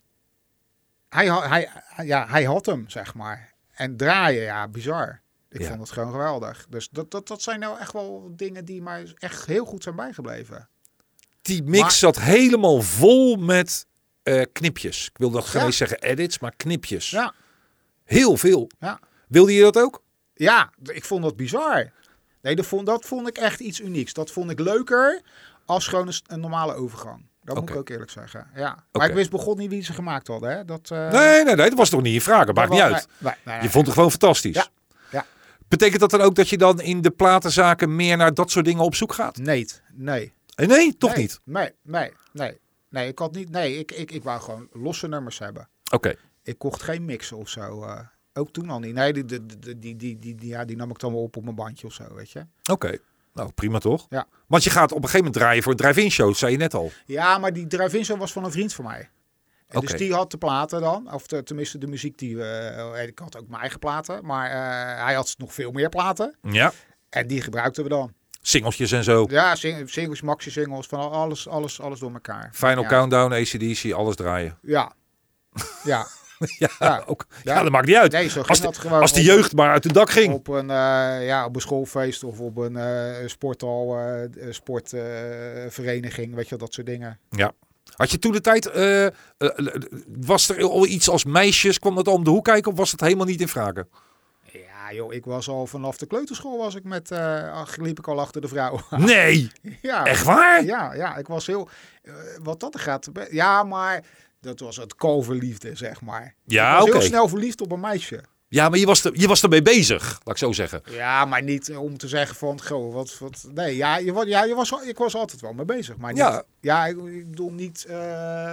hij, ha- hij, ja, hij had hem, zeg maar. En draaien, ja, bizar. Ik Ja. vond het gewoon geweldig. Dus dat, dat, dat zijn nou echt wel dingen die mij echt heel goed zijn bijgebleven. Die mix Maar- zat helemaal vol met uh, knipjes. Ik wil dat geen Ja. eens zeggen edits, maar knipjes. Ja, Heel veel. ja. Wilde je dat ook? Ja, ik vond dat bizar. Nee, dat vond, dat vond ik echt iets unieks. Dat vond ik leuker als gewoon een, een normale overgang. Dat moet Oké. ik ook eerlijk zeggen. Ja. Maar Oké. ik wist begon niet wie ze gemaakt hadden. Hè? Dat, uh, Nee, nee, nee. Dat was toch niet je vraag. Dat maakt niet uit. Nee, nee, nee, nee. Je vond het gewoon fantastisch. Ja. Ja. Betekent dat dan ook dat je dan in de platenzaken meer naar dat soort dingen op zoek gaat? Nee, nee. Eh, Nee, toch nee, niet? Nee, nee, nee. Nee, ik had niet. Nee, ik, ik, ik wou gewoon losse nummers hebben. Oké. Ik kocht geen mixen of zo. Uh, ook toen al niet. Nee, die, die, die, die, die, die, die, ja, die nam ik dan wel op op mijn bandje of zo, weet je. Oké. Nou, prima toch? Ja. Want je gaat op een gegeven moment draaien voor drive-in shows, zei je net al. Ja, maar die drive-in show was van een vriend van mij. En Oké. Dus die had de platen dan. Of de, tenminste de muziek die we... Uh, ik had ook mijn eigen platen. Maar uh, hij had nog veel meer platen. Ja. En die gebruikten we dan. Singeltjes en zo. Ja, sing, singles, maxi-singles. Van alles, alles, alles door elkaar. Final ja. Countdown, A C D C, alles draaien. Ja. Ja. Ja, Ja. ook. Ja. Ja, dat maakt niet uit. Nee, zo ging als, de, dat gewoon. als de op- jeugd maar uit het dak ging. Op een, uh, ja, op een schoolfeest of op een uh, sporthal, uh, sportvereniging, uh, weet je wel, dat soort dingen. Ja. Had je toen de tijd, uh, uh, was er al iets als meisjes, kwam dat al om de hoek kijken of was dat helemaal niet in vragen? Ja, joh, ik was al vanaf de kleuterschool was ik met, uh, ach, liep ik al achter de vrouw. Nee, Ja, echt waar? ja, ja, ik was heel, uh, wat dat er gaat, be- ja, maar dat was het kalverliefde, zeg maar. Ja, ik was oké. heel snel verliefd op een meisje. Ja, maar je was, er, je was ermee bezig, laat ik zo zeggen. Ja, maar niet uh, om te zeggen van, goh, wat, wat, nee, ja, je, wa- ja je was, al- ik was altijd wel mee bezig, maar niet, Ja. ja, ik, ik bedoel niet uh,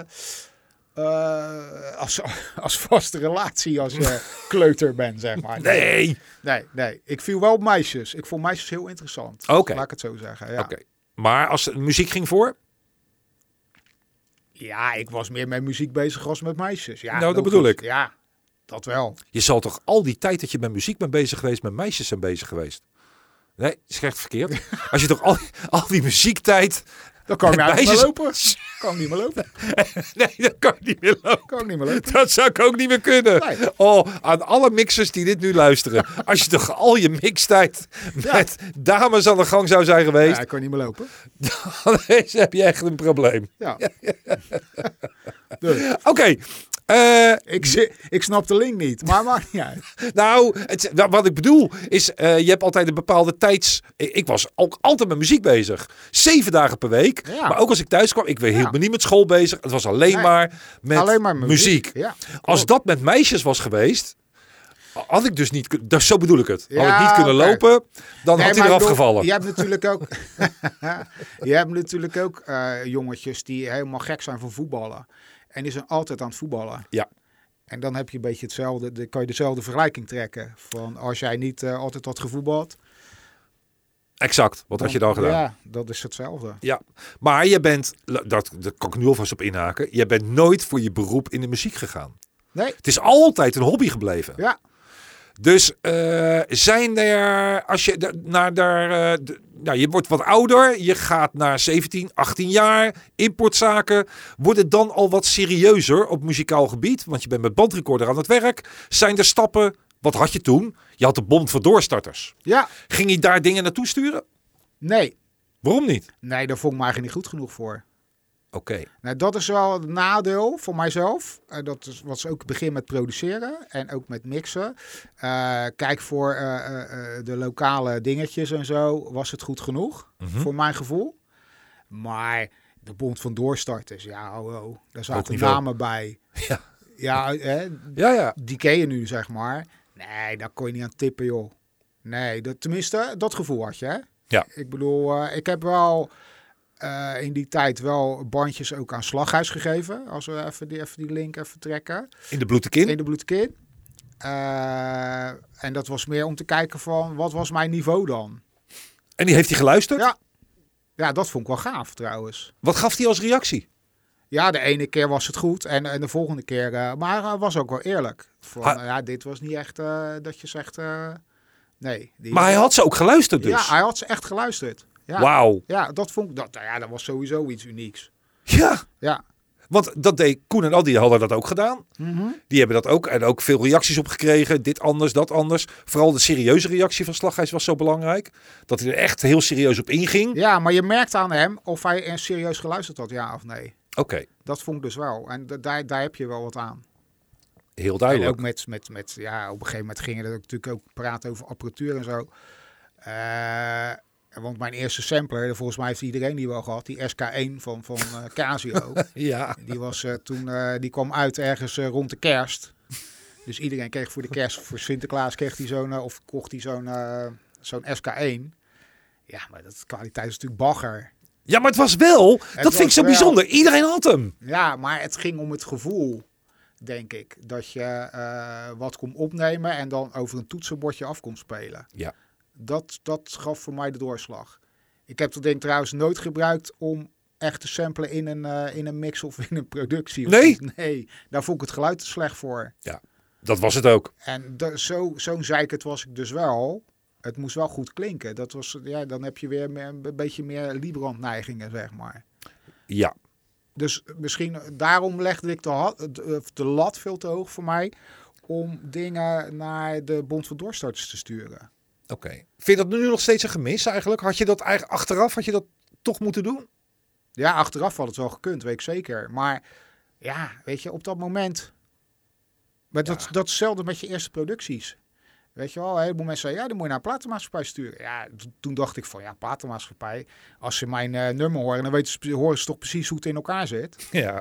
uh, als, als vaste relatie als je kleuter bent, zeg maar. Nee. Nee, nee, ik viel wel op meisjes. Ik vond meisjes heel interessant. Oké. Laat ik het zo zeggen, ja. Oké. Maar als de muziek ging voor? Ja, ik was meer met muziek bezig als met meisjes. Ja, Nou, dat logisch. bedoel ik. Ja, dat wel. Je zal toch al die tijd dat je met muziek bent bezig geweest, met meisjes zijn bezig geweest? Nee, dat is echt verkeerd. Als je toch al, al die muziektijd... Dan kan ik met nou niet meer meisjes- lopen. Kan niet meer lopen. Nee, dat kan niet meer lopen. Kan niet meer lopen. Dat zou ik ook niet meer kunnen. Nee. Oh, aan alle mixers die dit nu luisteren. Als je toch al je mixtijd met dames aan de gang zou zijn geweest, Ja, ik kan niet meer lopen. dan heb je echt een probleem. Ja. Dus, Oké. eh, ik, zi- ik snap de link niet, maar maakt niet uit. nou, het, wat ik bedoel is, eh, je hebt altijd een bepaalde tijds... Ik, ik was ook altijd met muziek bezig. Zeven dagen per week. Ja. Maar ook als ik thuis kwam, ik hield Ja. me niet met school bezig. Het was alleen Nee. maar met Alleen maar muziek. Ja, Als dat met meisjes was geweest, had ik dus niet... kun- Dus zo bedoel ik het. Had Ja, ik niet kunnen oké. lopen, dan Nee, had hij maar eraf ik bedoel, gevallen. Je hebt natuurlijk ook, je hebt natuurlijk ook uh, jongetjes die helemaal gek zijn van voetballen. En die zijn altijd aan het voetballen. Ja. En dan heb je een beetje hetzelfde, dan kan je dezelfde vergelijking trekken. Van als jij niet uh, altijd had gevoetbald. Exact. Wat had je dan gedaan? Ja. Ja, dat is hetzelfde. Maar je bent, dat, daar kan ik nu alvast op inhaken, je bent nooit voor je beroep in de muziek gegaan. Nee. Het is altijd een hobby gebleven. Ja. Dus uh, zijn er, als je de, naar daar, uh, de, nou, je wordt wat ouder, je gaat naar zeventien, achttien jaar, importzaken, worden dan al wat serieuzer op muzikaal gebied, want je bent met bandrecorder aan het werk. Zijn er stappen, wat had je toen? Je had de Bond voor Doorstarters. Ja. Ging je daar dingen naartoe sturen? Nee. Waarom niet? Nee, daar vond ik me eigenlijk niet goed genoeg voor. Oké. Okay. Nou, dat is wel het nadeel voor mijzelf. Uh, dat is, was ook het begin met produceren en ook met mixen. Uh, kijk, voor uh, uh, de lokale dingetjes en zo was het goed genoeg, Mm-hmm. voor mijn gevoel. Maar de Bond van Doorstarters, ja, oh, oh, daar zaten niveau. namen bij. Ja. Ja, hè, Ja, ja. die ken je nu, zeg maar. Nee, daar kon je niet aan tippen, joh. Nee, dat, tenminste, dat gevoel had je, hè? Ja. Ik bedoel, uh, ik heb wel uh, in die tijd wel bandjes ook aan Slaghuis gegeven. Als we even die, even die link even trekken. In de blote kin? In de blote kin. Uh, en dat was meer om te kijken van, wat was mijn niveau dan? En die heeft hij geluisterd? Ja. Ja, dat vond ik wel gaaf trouwens. Wat gaf hij als reactie? Ja, de ene keer was het goed en, en de volgende keer... Uh, maar hij was ook wel eerlijk. Van, ha- uh, ja, dit was niet echt uh, dat je zegt... Uh, nee. Die, maar hij had ze ook geluisterd dus? Ja, hij had ze echt geluisterd. Ja. Wauw. Ja, dat vond ik... Dat, nou ja, dat was sowieso iets unieks. Ja. Ja. Want dat deed Koen en Adi hadden dat ook gedaan. Mm-hmm. Die hebben dat ook. En ook veel reacties op gekregen. Dit anders, dat anders. Vooral de serieuze reactie van Slaghuis was zo belangrijk. Dat hij er echt heel serieus op inging. Ja, maar je merkt aan hem of hij er serieus geluisterd had, ja of nee. Oké. Okay. Dat vond ik dus wel. En d- daar, daar heb je wel wat aan. Heel duidelijk. En ook met, met, met, ja, op een gegeven moment gingen we natuurlijk ook praten over apparatuur en zo. Uh, want mijn eerste sampler, volgens mij heeft iedereen die wel gehad, die S K één van, van uh, Casio. Ja. Die, was, uh, toen, uh, die kwam uit ergens uh, rond de kerst. Dus iedereen kreeg voor de kerst, voor Sinterklaas kreeg hij zo'n, uh, of kocht hij zo'n, uh, zo'n S K één. Ja, maar dat kwaliteit is natuurlijk bagger. Ja, maar het was wel, het dat was vind ik zo wel bijzonder. Iedereen had hem. Ja, maar het ging om het gevoel, denk ik. Dat je uh, wat kon opnemen en dan over een toetsenbordje af kon spelen. Ja. Dat, dat gaf voor mij de doorslag. Ik heb dat denk ik trouwens nooit gebruikt om echt te samplen in een, uh, in een mix of in een productie. Nee? Of nee, daar vond ik het geluid te slecht voor. Ja, dat was het ook. En de, zo, zo'n zeikert was ik dus wel. Het moest wel goed klinken. Dat was, ja, dan heb je weer meer, een beetje meer Librand-neigingen, zeg maar. Ja. Dus misschien daarom legde ik de, de, de lat veel te hoog voor mij om dingen naar de Bond van Doorstarters te sturen. Oké. Okay. Vind je dat nu nog steeds een gemis eigenlijk? Had je dat eigenlijk achteraf, had je dat toch moeten doen? Ja, achteraf had het wel gekund, weet ik zeker. Maar ja, weet je, op dat moment... Maar dat, ja. dat is hetzelfde met je eerste producties. Weet je wel, een heleboel mensen zeiden, ja, dan moet je naar een platenmaatschappij sturen. Ja, t- toen dacht ik van, ja, platenmaatschappij. Als ze mijn uh, nummer horen, dan weten ze, horen ze toch precies hoe het in elkaar zit. Ja.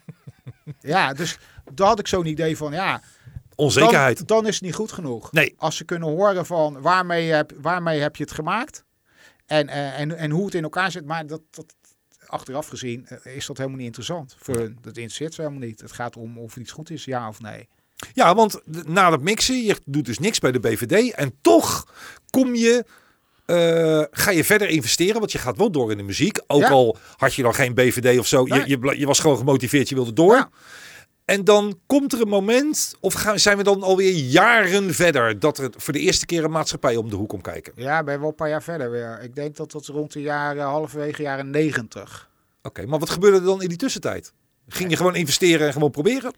Ja, dus daar had ik zo'n idee van, ja... Onzekerheid. Dan, dan is het niet goed genoeg. Nee. Als ze kunnen horen van, waarmee heb, waarmee heb je het gemaakt? En, uh, en, en hoe het in elkaar zit. Maar dat, dat achteraf gezien uh, is dat helemaal niet interessant. Voor hun, dat interesseert ze helemaal niet. Het gaat om of iets goed is, ja of nee. Ja, want na dat mixen, je doet dus niks bij de B V D. En toch kom je, uh, ga je verder investeren. Want je gaat wel door in de muziek. Ook ja. al had je dan geen B V D of zo. Nee. Je, je, je was gewoon gemotiveerd, je wilde door. Ja. En dan komt er een moment, of gaan, zijn we dan alweer jaren verder, dat er voor de eerste keer een maatschappij om de hoek komt kijken? Ja, ben je wel een paar jaar verder weer. Ik denk dat dat rond de jaren, halverwege jaren negentig. Oké, okay, maar wat gebeurde er dan in die tussentijd? Ging je gewoon investeren en gewoon proberen?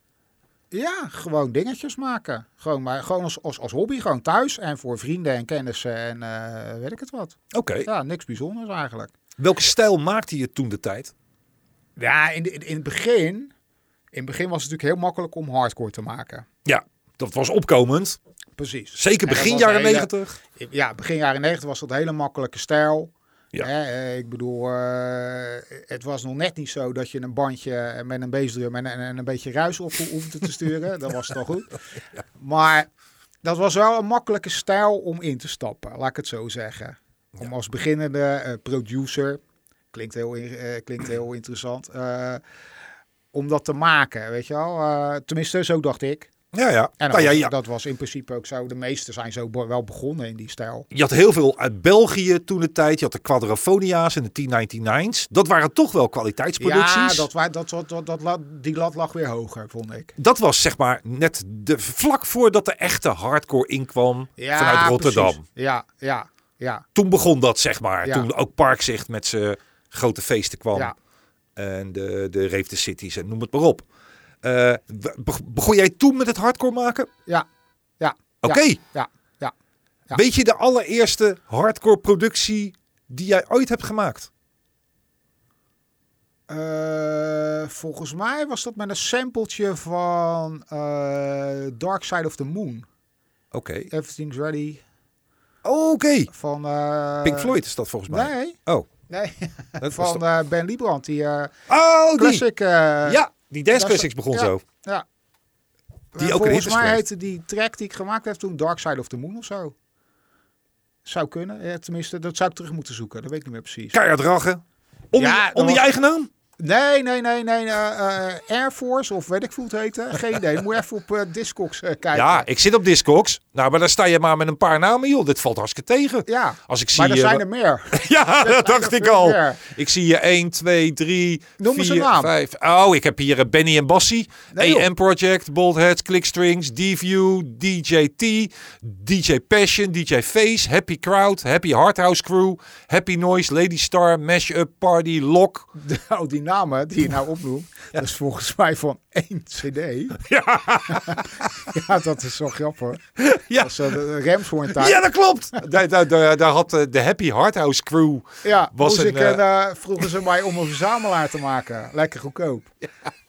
Ja, gewoon dingetjes maken. Gewoon, maar, gewoon als, als, als hobby, gewoon thuis en voor vrienden en kennissen en uh, weet ik het wat. Oké. Okay. Ja, niks bijzonders eigenlijk. Welke stijl maakte je toen de tijd? Ja, in, de, in, in het begin... In het begin was het natuurlijk heel makkelijk om hardcore te maken. Ja, dat was opkomend. Precies. Zeker begin jaren negentig. Ja, begin jaren negentig was dat een hele makkelijke stijl. Ja. Eh, ik bedoel, uh, het was nog net niet zo dat je een bandje met een bassdrum en, en, en een beetje ruis op hoefde te sturen. Dat was het al goed. Ja. Maar dat was wel een makkelijke stijl om in te stappen, laat ik het zo zeggen. Om ja. als beginnende uh, producer, klinkt heel, uh, klinkt heel interessant... Uh, om dat te maken, weet je wel. Uh, tenminste, zo dacht ik. Ja, ja. En nou, was, ja, ja. dat was in principe ook zo. De meesten zijn zo be- wel begonnen in die stijl. Je had heel veel uit België toen de tijd. Je had de Quadrophonia's en de T negenennegentig's. Dat waren toch wel kwaliteitsproducties. Ja, dat, dat, dat, dat, dat, dat, dat, die lat lag weer hoger, vond ik. Dat was zeg maar net de, vlak voordat de echte hardcore inkwam ja, vanuit Rotterdam. Precies. Ja, ja, ja. Toen begon dat, zeg maar. Ja. Toen ook Parkzicht met zijn grote feesten kwam. Ja. En de, de Rave the Cities en noem het maar op. Uh, begon jij toen met het hardcore maken? Ja. Ja. Oké. Okay. Ja. Ja. Ja. Weet je de allereerste hardcore productie die jij ooit hebt gemaakt? Uh, volgens mij was dat met een sampletje van uh, Dark Side of the Moon. Oké. Okay. Everything's Ready. Oké. Okay. Van uh, Pink Floyd is dat volgens mij. Nee. Oh. Nee, dat van uh, Ben Librand, die uh, oh, classic... Die. Uh, ja, die Dance Classics begon ja, zo. Ja. Die uh, ook volgens mij heette die track die ik gemaakt heb toen Dark Side of the Moon of zo. Zou kunnen. Ja, tenminste, dat zou ik terug moeten zoeken. Dat weet ik niet meer precies. Keihard rachen. Onder, Ja, dat onder je was- eigen naam? Nee, nee, nee, nee. Uh, uh, Air Force of weet ik veel hoe het heette. Geen idee. Dan moet je even op uh, Discogs uh, kijken. Ja, ik zit op Discogs. Nou, maar dan sta je maar met een paar namen, joh. Dit valt hartstikke tegen. Ja, Als ik zie maar er je- zijn er meer. Ja, dat dacht er ik veel al. meer. Ik zie je één, twee, drie, Noem eens vier, een naam. vijf. Oh, ik heb hier uh, Benny en Bassie. Nee, joh. A M Project, Bold Heads, Clickstrings, D-View, D J T, D J Passion, D J Face, Happy Crowd, Happy Hardhouse Crew, Happy Noise, Lady Star, Mashup, Party, Lock. Nou, die namen die je nou opnoemt, dat is volgens mij van één cd. Ja, Ja, dat is zo grappig. ja. Dat is uh, de Ramshoorn tijd. Ja, dat klopt. Daar, daar, daar, daar had uh, de Happy Hardhouse Crew. Ja, was moest een, ik, en, uh, vroegen ze mij om een verzamelaar te maken. Lekker goedkoop. Ja.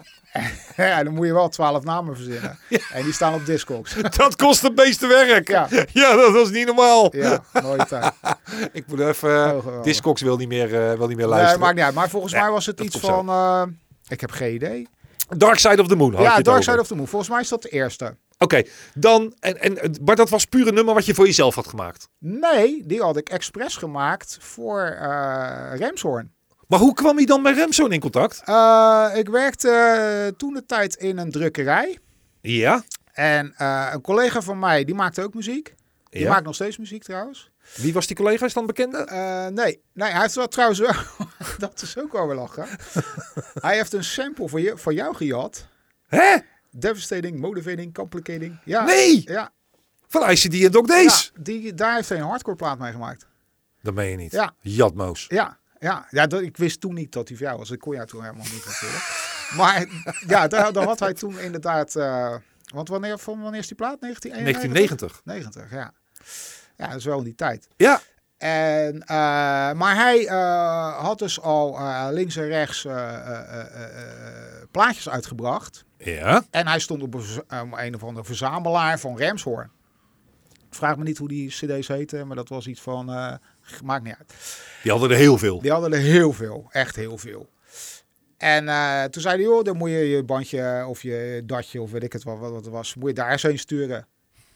Ja, dan moet je wel twaalf namen verzinnen. Ja. En die staan op Discogs. Dat kost het meeste werk. Ja. Ja, dat was niet normaal. Ja, mooie tijd. Ik moet even... Uh, Oh, geweldig. Discogs wil niet meer, uh, wil niet meer Nee, luisteren. maakt niet uit. Maar volgens Ja, mij was het dat iets komt zo. van... Uh, ik heb geen idee. Dark Side of the Moon had je Ja, het Dark over. Side of the Moon. Volgens mij is dat de eerste. Oké, dan... En, en, maar dat was puur een nummer wat je voor jezelf had gemaakt. Nee, die had ik expres gemaakt voor uh, Ramshoorn. Maar hoe kwam hij dan bij Ramshoorn in contact? Uh, ik werkte uh, toen de tijd in een drukkerij. Ja. En uh, een collega van mij, die maakte ook muziek. Die Ja. maakt nog steeds muziek trouwens. Wie was die collega? Is dan bekende? Uh, nee. nee, hij heeft wel trouwens wel... dat is ook wel weer lachen. Hij heeft een sample van, je, van jou gehad. Hè? Devastating, motivating, complicating. Ja, Nee! Ja, Van I C D en Doc Days? ja die, daar heeft hij een hardcore plaat mee gemaakt. Dat meen je niet. Ja. Jatmoos. Ja, ja, ja dat, ik wist toen niet dat hij voor jou was. Ik kon jou toen helemaal niet natuurlijk. Maar ja, daar, daar had hij toen inderdaad... Uh, want wanneer, van wanneer is die plaat? negentien eenennegentig? negentien negentig. negentig, ja. Ja, dat is wel in die tijd. Ja. En, uh, maar hij uh, had dus al uh, links en rechts uh, uh, uh, uh, plaatjes uitgebracht. Ja. En hij stond op een, um, een of andere verzamelaar van Ramshoorn. Vraag me niet hoe die cd's heten, maar dat was iets van... Uh, maakt niet uit. Die hadden er heel veel. Die hadden er heel veel, echt heel veel. En uh, toen zei hij, joh, dan moet je je bandje of je datje of weet ik het wat, wat het was, moet je daar eens heen sturen.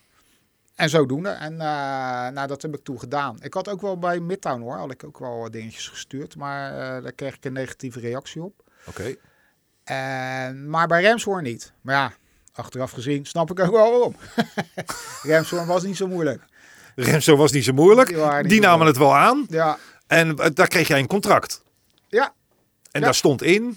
En zodoende. En uh, nou, dat heb ik toen gedaan. Ik had ook wel bij Midtown hoor, had ik ook wel wat dingetjes gestuurd, maar uh, daar kreeg ik een negatieve reactie op. Oké. Okay. En, maar bij Ramshoorn niet. Maar ja, achteraf gezien snap ik ook wel waarom. Ramshoorn was niet zo moeilijk. Ramshoorn was niet zo moeilijk. Die Die, waren niet zo namen moeilijk. het wel aan. Ja, En uh, daar kreeg jij een contract. ja. En Ja. daar stond in...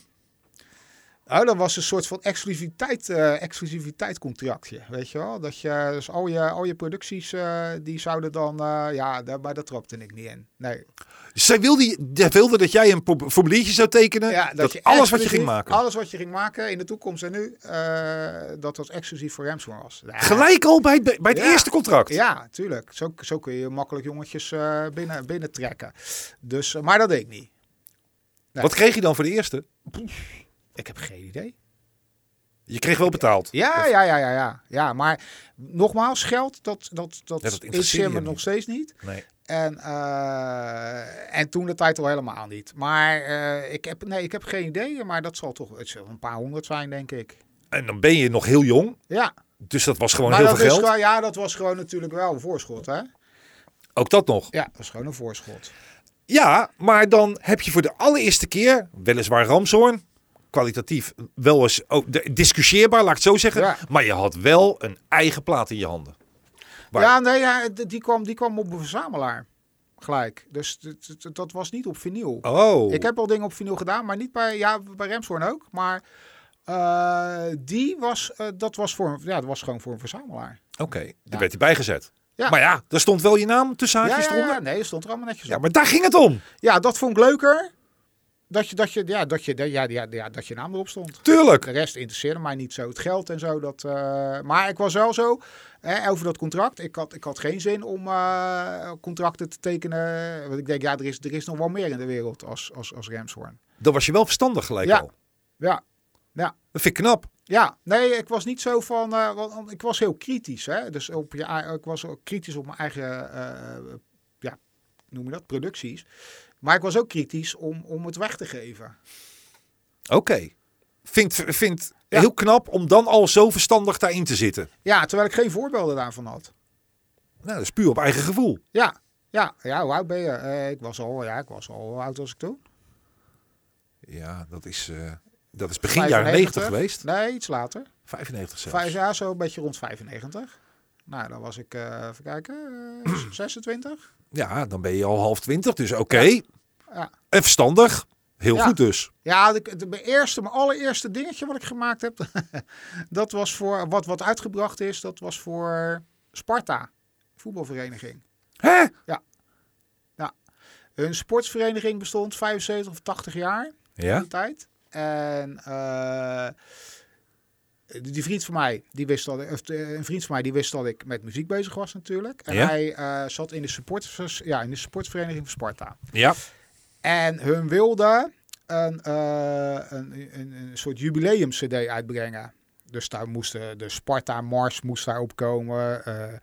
Nou, dat was een soort van exclusiviteit, uh, exclusiviteitscontractje, weet je wel. Dat je, dus al je, al je producties, uh, die zouden dan, uh, ja, daar, maar dat trapte ik niet in. Nee. Zij wilde, zij wilde dat jij een po- formuliertje zou tekenen. Ja, dat je alles wat je exclusief- ging maken. Alles wat je ging maken in de toekomst en nu, uh, dat dat exclusief voor Ramshoorn was. Ja. Gelijk al bij, het- bij het Ja. eerste contract. Ja, tuurlijk. Zo, zo kun je makkelijk jongetjes uh, binnen, binnen trekken. Dus, uh, maar dat deed ik niet. Nee. Wat kreeg je dan voor de eerste? Ik heb geen idee. Je kreeg wel betaald. Ja, ja, ja, ja, ja. Ja, maar nogmaals, geld, dat, dat, dat, Ja, dat is interesseerde me je nog niet. steeds niet. Nee. En, uh, en toen de tijd al helemaal niet. Maar uh, ik, heb, nee, ik heb geen idee. Maar dat zal toch het zal een paar honderd zijn, denk ik. En dan ben je nog heel jong. Ja. Dus dat was gewoon Maar heel dat veel is geld. gewoon, ja, dat was gewoon natuurlijk wel een voorschot, hè? Ook dat nog. Ja, dat was gewoon een voorschot. Ja, maar dan heb je voor de allereerste keer, weliswaar Ramshoorn, kwalitatief wel eens oh, de- discussieerbaar, laat ik het zo zeggen. Ja. Maar je had wel een eigen plaat in je handen. Waar- Ja, nee, ja, d- die, kwam, die kwam op een verzamelaar. Gelijk. Dus d- d- d- dat was niet op vinyl. Oh. Ik heb al dingen op vinyl gedaan, maar niet bij, ja, bij Ramshoorn ook. Maar uh, die was, uh, dat was voor, ja, dat was gewoon voor een verzamelaar. Oké, okay. Ja. daar werd hij bijgezet. Ja. Maar ja, daar stond wel je naam tussen Ja, haakjes ja, ja, eronder. nee, dat stond er allemaal netjes Ja, op. maar daar ging het om. Ja, dat vond ik leuker. Dat je, dat je, ja, dat je, ja, ja, ja, dat je naam erop stond. Tuurlijk. De rest interesseerde mij niet zo. Het geld en zo. Dat, uh, maar ik was wel zo, hè, over dat contract. Ik had, ik had geen zin om uh, contracten te tekenen. Want ik denk, ja, er is, er is nog wel meer in de wereld als, als, als Ramshoorn. Dan was je wel verstandig gelijk Ja. al. Ja, ja. Dat vind ik knap. Ja, nee, ik was niet zo van, uh, want ik was heel kritisch. Hè? Dus op je, ik was ook kritisch op mijn eigen, uh, ja, noem je dat, producties. Maar ik was ook kritisch om, om het weg te geven. Oké. Okay. Vind, vind Ja. heel knap om dan al zo verstandig daarin te zitten. Ja, terwijl ik geen voorbeelden daarvan had. Nou, dat is puur op eigen gevoel. Ja, Ja, ja, hoe oud ben je? Uh, ik was al, ja, ik was al, hoe oud was ik toen? Ja, dat is, uh, dat is begin jaren negentig geweest. Nee, iets later. vijfennegentig zelfs. Vijf jaar, zo een beetje rond vijfennegentig. Nou, dan was ik, uh, even kijken, uh, zesentwintig. Ja, dan ben je al half twintig, dus oké. Okay. Ja. Ja. En verstandig. Heel ja. goed dus. Ja, de, de, mijn eerste, mijn allereerste dingetje wat ik gemaakt heb, dat was voor, wat, wat uitgebracht is, dat was voor Sparta, voetbalvereniging. Hè? Ja. Ja. Een sportsvereniging bestond vijfenzeventig of tachtig jaar ja? in die tijd. En uh, die vriend van mij, die wist dat, of een vriend van mij, die wist dat ik met muziek bezig was natuurlijk. En ja? hij uh, zat in de, supporters, ja, in de sportsvereniging van Sparta. Ja. En hun wilden een, uh, een, een, een soort jubileum-cd uitbrengen. Dus daar moesten de Sparta-mars moest daar opkomen. Uh, uh,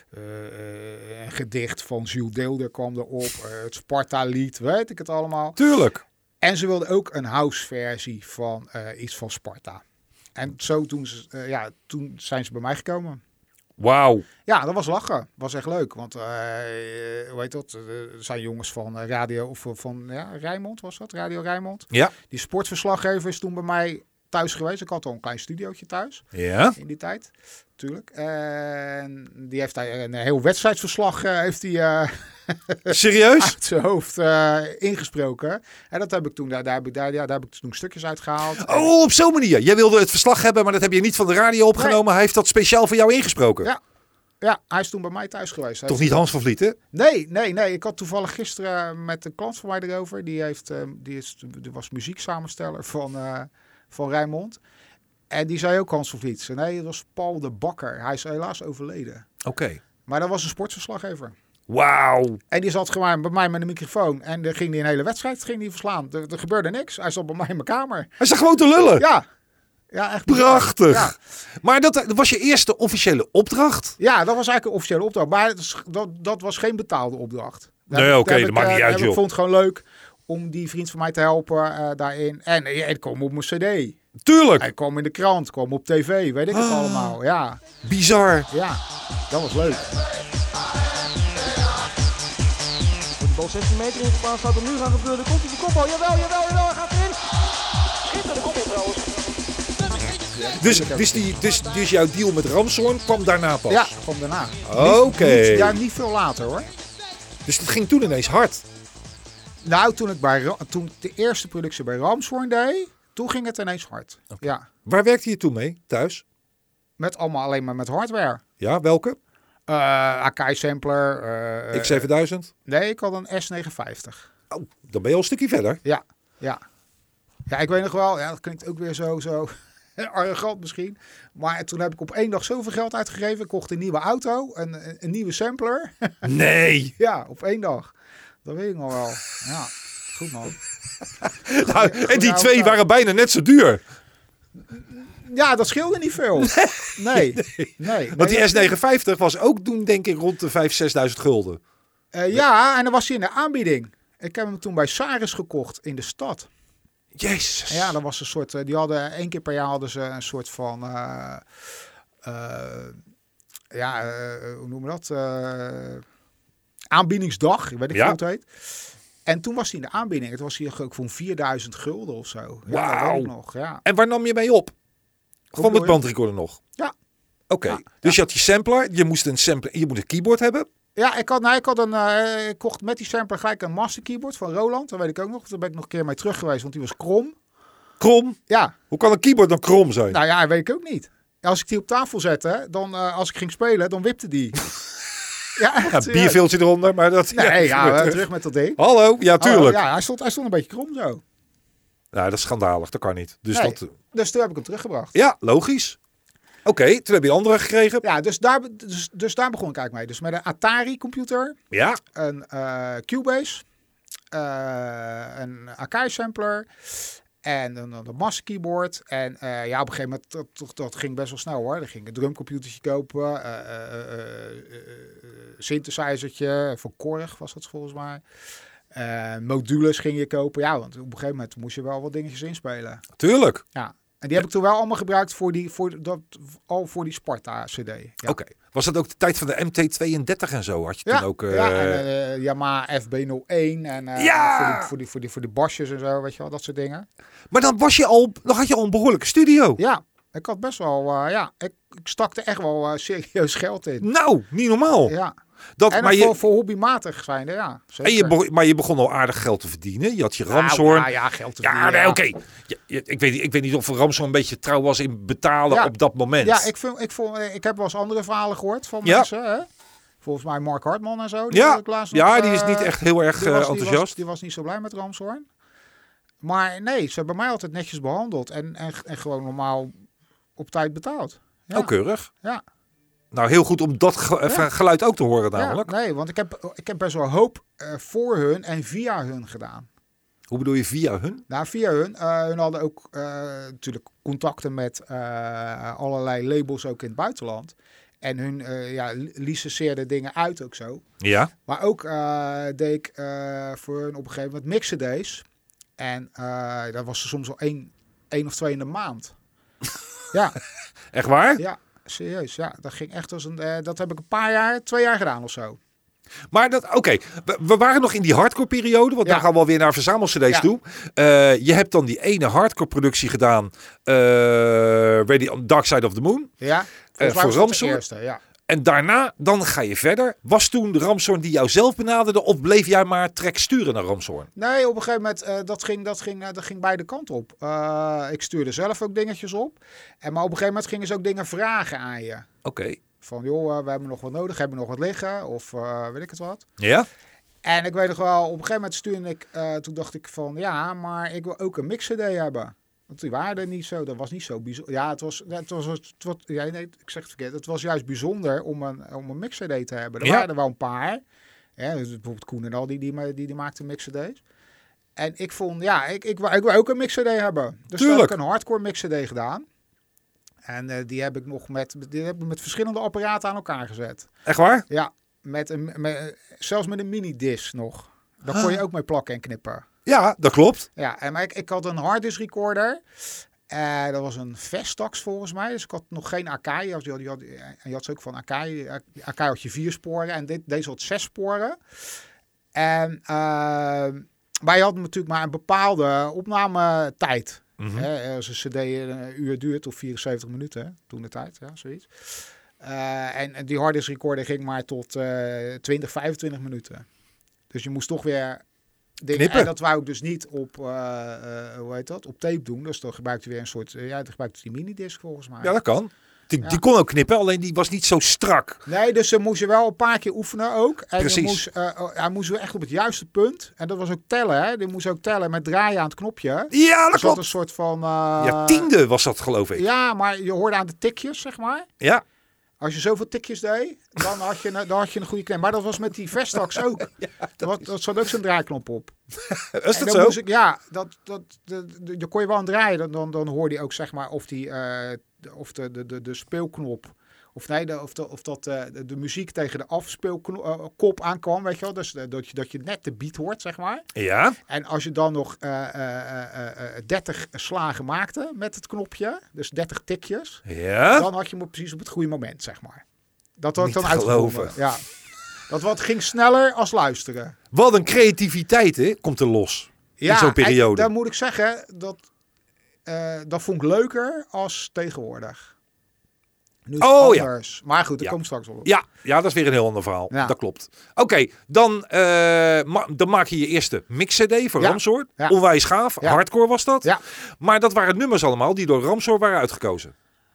uh, een gedicht van Jules Deelder kwam erop. Uh, het Sparta-lied, weet ik het allemaal. Tuurlijk. En ze wilden ook een house-versie van uh, iets van Sparta. En zo toen, ze, uh, ja, toen zijn ze bij mij gekomen. Wauw. Ja, dat was lachen. Was echt leuk. Want, uh, hoe heet dat? Er zijn jongens van uh, Radio, of van ja, Rijnmond was dat? Radio Rijnmond. Ja. Die sportverslaggever is toen bij mij thuis geweest. Ik had al een klein studiootje thuis. Ja. In die tijd. Tuurlijk. En die heeft daar een heel wedstrijdsverslag uh, heeft hij, uh, serieus? uit zijn hoofd uh, ingesproken. En dat heb ik toen, daar, daar, heb ik, daar, ja, daar heb ik toen stukjes uitgehaald. Oh, op zo'n manier. Jij wilde het verslag hebben, maar dat heb je niet van de radio opgenomen. Nee. Hij heeft dat speciaal voor jou ingesproken. Ja. Ja, hij is toen bij mij thuis geweest. Toch niet Hans van Vliet, hè? Nee, nee, nee. Ik had toevallig gisteren met een klant van mij erover. Die, heeft, uh, die, is, die was muzieksamensteller van, uh, van Rijnmond. En die zei ook Hans van Vliet. Nee, dat was Paul de Bakker. Hij is helaas overleden. Oké. Okay. Maar dat was een sportverslaggever. Wauw. En die zat gewoon bij mij met een microfoon. En dan ging hij een hele wedstrijd ging die verslaan. Er, er gebeurde niks. Hij zat bij mij in mijn kamer. Hij zat gewoon te lullen? Ja. Ja, echt prachtig. Ja. Maar dat, dat was je eerste officiële opdracht? Ja, dat was eigenlijk een officiële opdracht. Maar dat, dat, dat was geen betaalde opdracht. Daar nee, oké, okay, dat maakt niet uit, joh. Ik vond het gewoon leuk om die vriend van mij te helpen uh, daarin. En uh, het kwam op mijn cd. Tuurlijk. Hij kwam in de krant, kwam op tv, weet ik het ah, allemaal. Ja. Bizar. Ja, dat was leuk. De bal zestien meter ingeplaatst, zou er nu gaan gebeuren. Komt hij de kopbal? Jawel, jawel, jawel, hij gaat erin. Schitterende kopbal trouwens. Dus, dus, die, dus, dus jouw deal met Ramshorn kwam daarna pas? Ja, kwam daarna. Oké. Okay. Ja, niet veel later hoor. Dus het ging toen ineens hard? Nou, toen ik bij toen de eerste productie bij Ramshorn deed, toen ging het ineens hard. Okay. Ja. Waar werkte je toen mee, thuis? Met allemaal alleen maar met hardware. Ja, welke? Uh, Akai Sampler. Uh, X zevenduizend? Nee, ik had een S negenenvijftig. Oh, dan ben je al een stukje verder. Ja, ja. Ja, ik weet nog wel, ja, dat klinkt ook weer zo, zo arrogant misschien. Maar toen heb ik op één dag zoveel geld uitgegeven. Ik kocht een nieuwe auto, een, een, een nieuwe sampler. Nee! Ja, op één dag. Dat weet ik nog wel. Ja, goed man. Nou, en die twee waren bijna net zo duur. Ja, dat scheelde niet veel. Nee. Nee. nee, nee Want die nee. S negenenvijftig was ook toen denk ik rond de vijfduizend, zesduizend gulden. Uh, ja, en dan was hij in de aanbieding. Ik heb hem toen bij Saris gekocht in de stad. Jezus. Ja, dat was een soort. Die hadden één keer per jaar hadden ze een soort van. Uh, uh, ja, uh, hoe noemen we dat? Uh, aanbiedingsdag. Weet ik ja. hoe het heet. En toen was hij in de aanbieding. Het was hier ook voor vierduizend gulden of zo. Wauw. Ja, dat weet ik nog. Ja. En waar nam je mee op? Gewoon met bandrecorder nog? Ja. Oké. Okay. Ja, dus ja. je had je sampler. Je moest een sampler. Je moet een keyboard hebben. Ja, ik had, nou, ik had een, uh, ik kocht met die sampler gelijk een master keyboard van Roland. Dat weet ik ook nog. Daar ben ik nog een keer mee terug geweest, want die was krom. Krom? Ja. Hoe kan een keyboard dan krom zijn? Nou ja, dat weet ik ook niet. Als ik die op tafel zette, dan uh, als ik ging spelen, dan wipte die. Ja, echt, ja, bierviltje ja. eronder, maar dat... Nee, ja, ja terug. terug met dat ding. Hallo, ja, tuurlijk. Oh, ja, hij stond, hij stond een beetje krom zo. Nou, dat is schandalig. Dat kan niet. Dus, nee, dat... dus toen heb ik hem teruggebracht. Ja, logisch. Oké, okay, toen heb je andere gekregen. Ja, dus daar, dus, dus daar begon ik eigenlijk mee. Dus met een Atari-computer. Ja. Een uh, Cubase. Uh, een Akai-sampler. En een, een master keyboard. En uh, ja, op een gegeven moment, dat, dat, dat ging best wel snel hoor. Dan ging een drumcomputertje kopen. Uh, uh, uh, uh, synthesizertje. Voor Korg was dat volgens mij. Uh, modules ging je kopen. Ja, want op een gegeven moment moest je wel wat dingetjes inspelen. Tuurlijk. Ja. En die heb ik toen wel allemaal gebruikt voor die, voor dat, al voor die Sparta-C D. Ja. Oké. Was dat ook de tijd van de M T tweeëndertig en zo? Had je Ja, toen ook... Uh... ja, en uh, Yamaha F B nul één en uh, Ja! voor, die, voor, die, voor, die, voor die basjes en zo, weet je wel, dat soort dingen. Maar dan, was je al, dan had je al een behoorlijke studio. Ja, ik had best wel, uh, ja, ik, ik stak er echt wel uh, serieus geld in. Nou, niet normaal. Ja. Dat, En maar voor, je, voor hobbymatig zijn er, ja. Zeker. en je begon, maar je begon al aardig geld te verdienen. Je had je Nou, Ramshorn. Ja, ja, geld te Ja, verdienen, nee, oké. Ja, ja, ik, weet, niet- ik weet niet of Ramshorn een beetje trouw was in betalen Ja. op dat moment. Ja, ik, vind, ik, vond, ik heb wel eens andere verhalen gehoord van Ja. mensen. Hè? Volgens mij Mark Hartman en zo. Die ja, had ik laatst nog, ja die is uh, niet echt heel erg die uh, was- die enthousiast. Was, die was niet zo blij met Ramshorn. Maar nee, ze hebben mij altijd netjes behandeld. En, en, en gewoon normaal op tijd betaald. Ja. Oh, keurig. Ja. Nou, heel goed om dat ge- even Ja. geluid ook te horen namelijk. Ja, nee, want ik heb, ik heb best wel hoop uh, voor hun en via hun gedaan. Hoe bedoel je via hun? Nou, via hun. Uh, hun hadden ook uh, natuurlijk contacten met uh, allerlei labels ook in het buitenland. En hun uh, ja, licenseerde dingen uit ook zo. Ja. Maar ook uh, deed ik uh, voor hun op een gegeven moment mixen days. En uh, dat was er soms wel één, één of twee in de maand. Ja, Echt waar? ja, serieus. Ja, dat ging echt als een. Uh, dat heb ik een paar jaar, twee jaar gedaan of zo. Maar dat, oké, we, we waren nog in die hardcore periode, want Ja. dan gaan we alweer naar verzamel-cd's Ja. toe. Uh, je hebt dan die ene hardcore productie gedaan, uh, Ready on Dark Side of the Moon. Ja, Uh, volgens mij voor was dat de Ramshorn? eerste. Ja. En daarna, dan ga je verder. Was toen de Ramshorn die jou zelf benaderde of bleef jij maar trek sturen naar Ramshorn? Nee, op een gegeven moment, uh, dat, ging, dat, ging, uh, dat ging beide kanten op. Uh, ik stuurde zelf ook dingetjes op. En, maar op een gegeven moment gingen ze ook dingen vragen aan je. Oké. Okay. Van, joh, uh, we hebben nog wat nodig, hebben we nog wat liggen? Of uh, weet ik het wat. Ja? En ik weet nog wel, op een gegeven moment stuurde ik, uh, toen dacht ik van, ja, maar ik wil ook een mix-C D hebben. Want die waren er niet zo, dat was niet zo bijzonder. Ja, het was, het was, het was ja, nee, ik zeg het verkeerd. Het was juist bijzonder om een, om een mix-C D te hebben. Er Ja. waren er wel een paar. Ja, dus bijvoorbeeld Koen en al, die, die, die, die maakten mix-C D's. En ik vond, ja, ik, ik, ik wil ook een mix-C D hebben. Dus toen heb ik een hardcore mix-C D gedaan. En uh, die heb ik nog met, die heb ik met verschillende apparaten aan elkaar gezet. Echt waar? Ja, met een, met, zelfs met een mini-disc nog. Daar kon je ook mee plakken en knippen. Ja, dat klopt. Ja, en maar ik, ik had een harddisk recorder. Uh, dat was een Vestax volgens mij. Dus ik had nog geen Akai. Je had, je had, je had, je had ze ook van Akai. Akai had je vier sporen. En dit, deze had zes sporen. En, uh, maar je had natuurlijk maar een bepaalde opnametijd. Mm-hmm. Hè, als een cd een uur duurt of vierenzeventig minuten. Hè, toen de tijd, ja, zoiets. Uh, en, en die harddisk recorder ging maar tot uh, twintig, vijfentwintig minuten. Dus je moest toch weer dingen, knippen. En dat wou ik dus niet op, uh, uh, hoe heet dat, op tape doen. Dus dan gebruikte je weer een soort, uh, ja, dan gebruikte die minidisc volgens mij. Ja, dat kan. Die, Ja. die kon ook knippen, alleen die was niet zo strak. Nee, dus dan moest je wel een paar keer oefenen ook. En Precies. je moest, uh, hij moest echt op het juiste punt. En dat was ook tellen, hè. Die moest ook tellen met draaien aan het knopje. Ja, dat Dus dat klopt. een soort van... Uh, Ja, tiende was dat geloof ik. Ja, maar je hoorde aan de tikjes, zeg maar. Ja. Als je zoveel tikjes deed, dan had je een, dan had je een goede klem. Maar dat was met die Vestax ook. Dat, was, dat zat ook zo'n draaiknop op. Is En dat dan zo? moest ik, ja, dat, dat, de, de, je kon je wel aan draaien. Dan, dan, dan hoorde je ook, zeg maar, of, die, uh, of de, de, de, de speelknop... Of, nee, de, of, de, of dat uh, de, de muziek tegen de afspeelkop uh, aankwam, weet je wel. Dus uh, dat, je, dat je net de beat hoort, zeg maar. Ja. En als je dan nog uh, uh, uh, uh, dertig slagen maakte met het knopje, dus dertig tikjes, Ja. dan had je hem precies op het goede moment, zeg maar. Dat had ik Niet dan te uitgevonden. geloven. Ja. Dat wat ging sneller als luisteren. Wat een creativiteit, hè, komt er los. Ja, in zo'n periode. En dan moet ik zeggen, dat, uh, dat vond ik leuker als tegenwoordig. Nu is het Oh, ja. anders. Maar goed, daar Ja. komt straks wel op. Ja, ja, dat is weer een heel ander verhaal. Ja. Dat klopt. Oké, okay, dan, uh, ma- dan maak je je eerste mix-C D voor Ja. Ramshorn. Ja. Onwijs gaaf. Ja. Hardcore was dat. Ja. Maar dat waren nummers allemaal die door Ramshorn waren uitgekozen.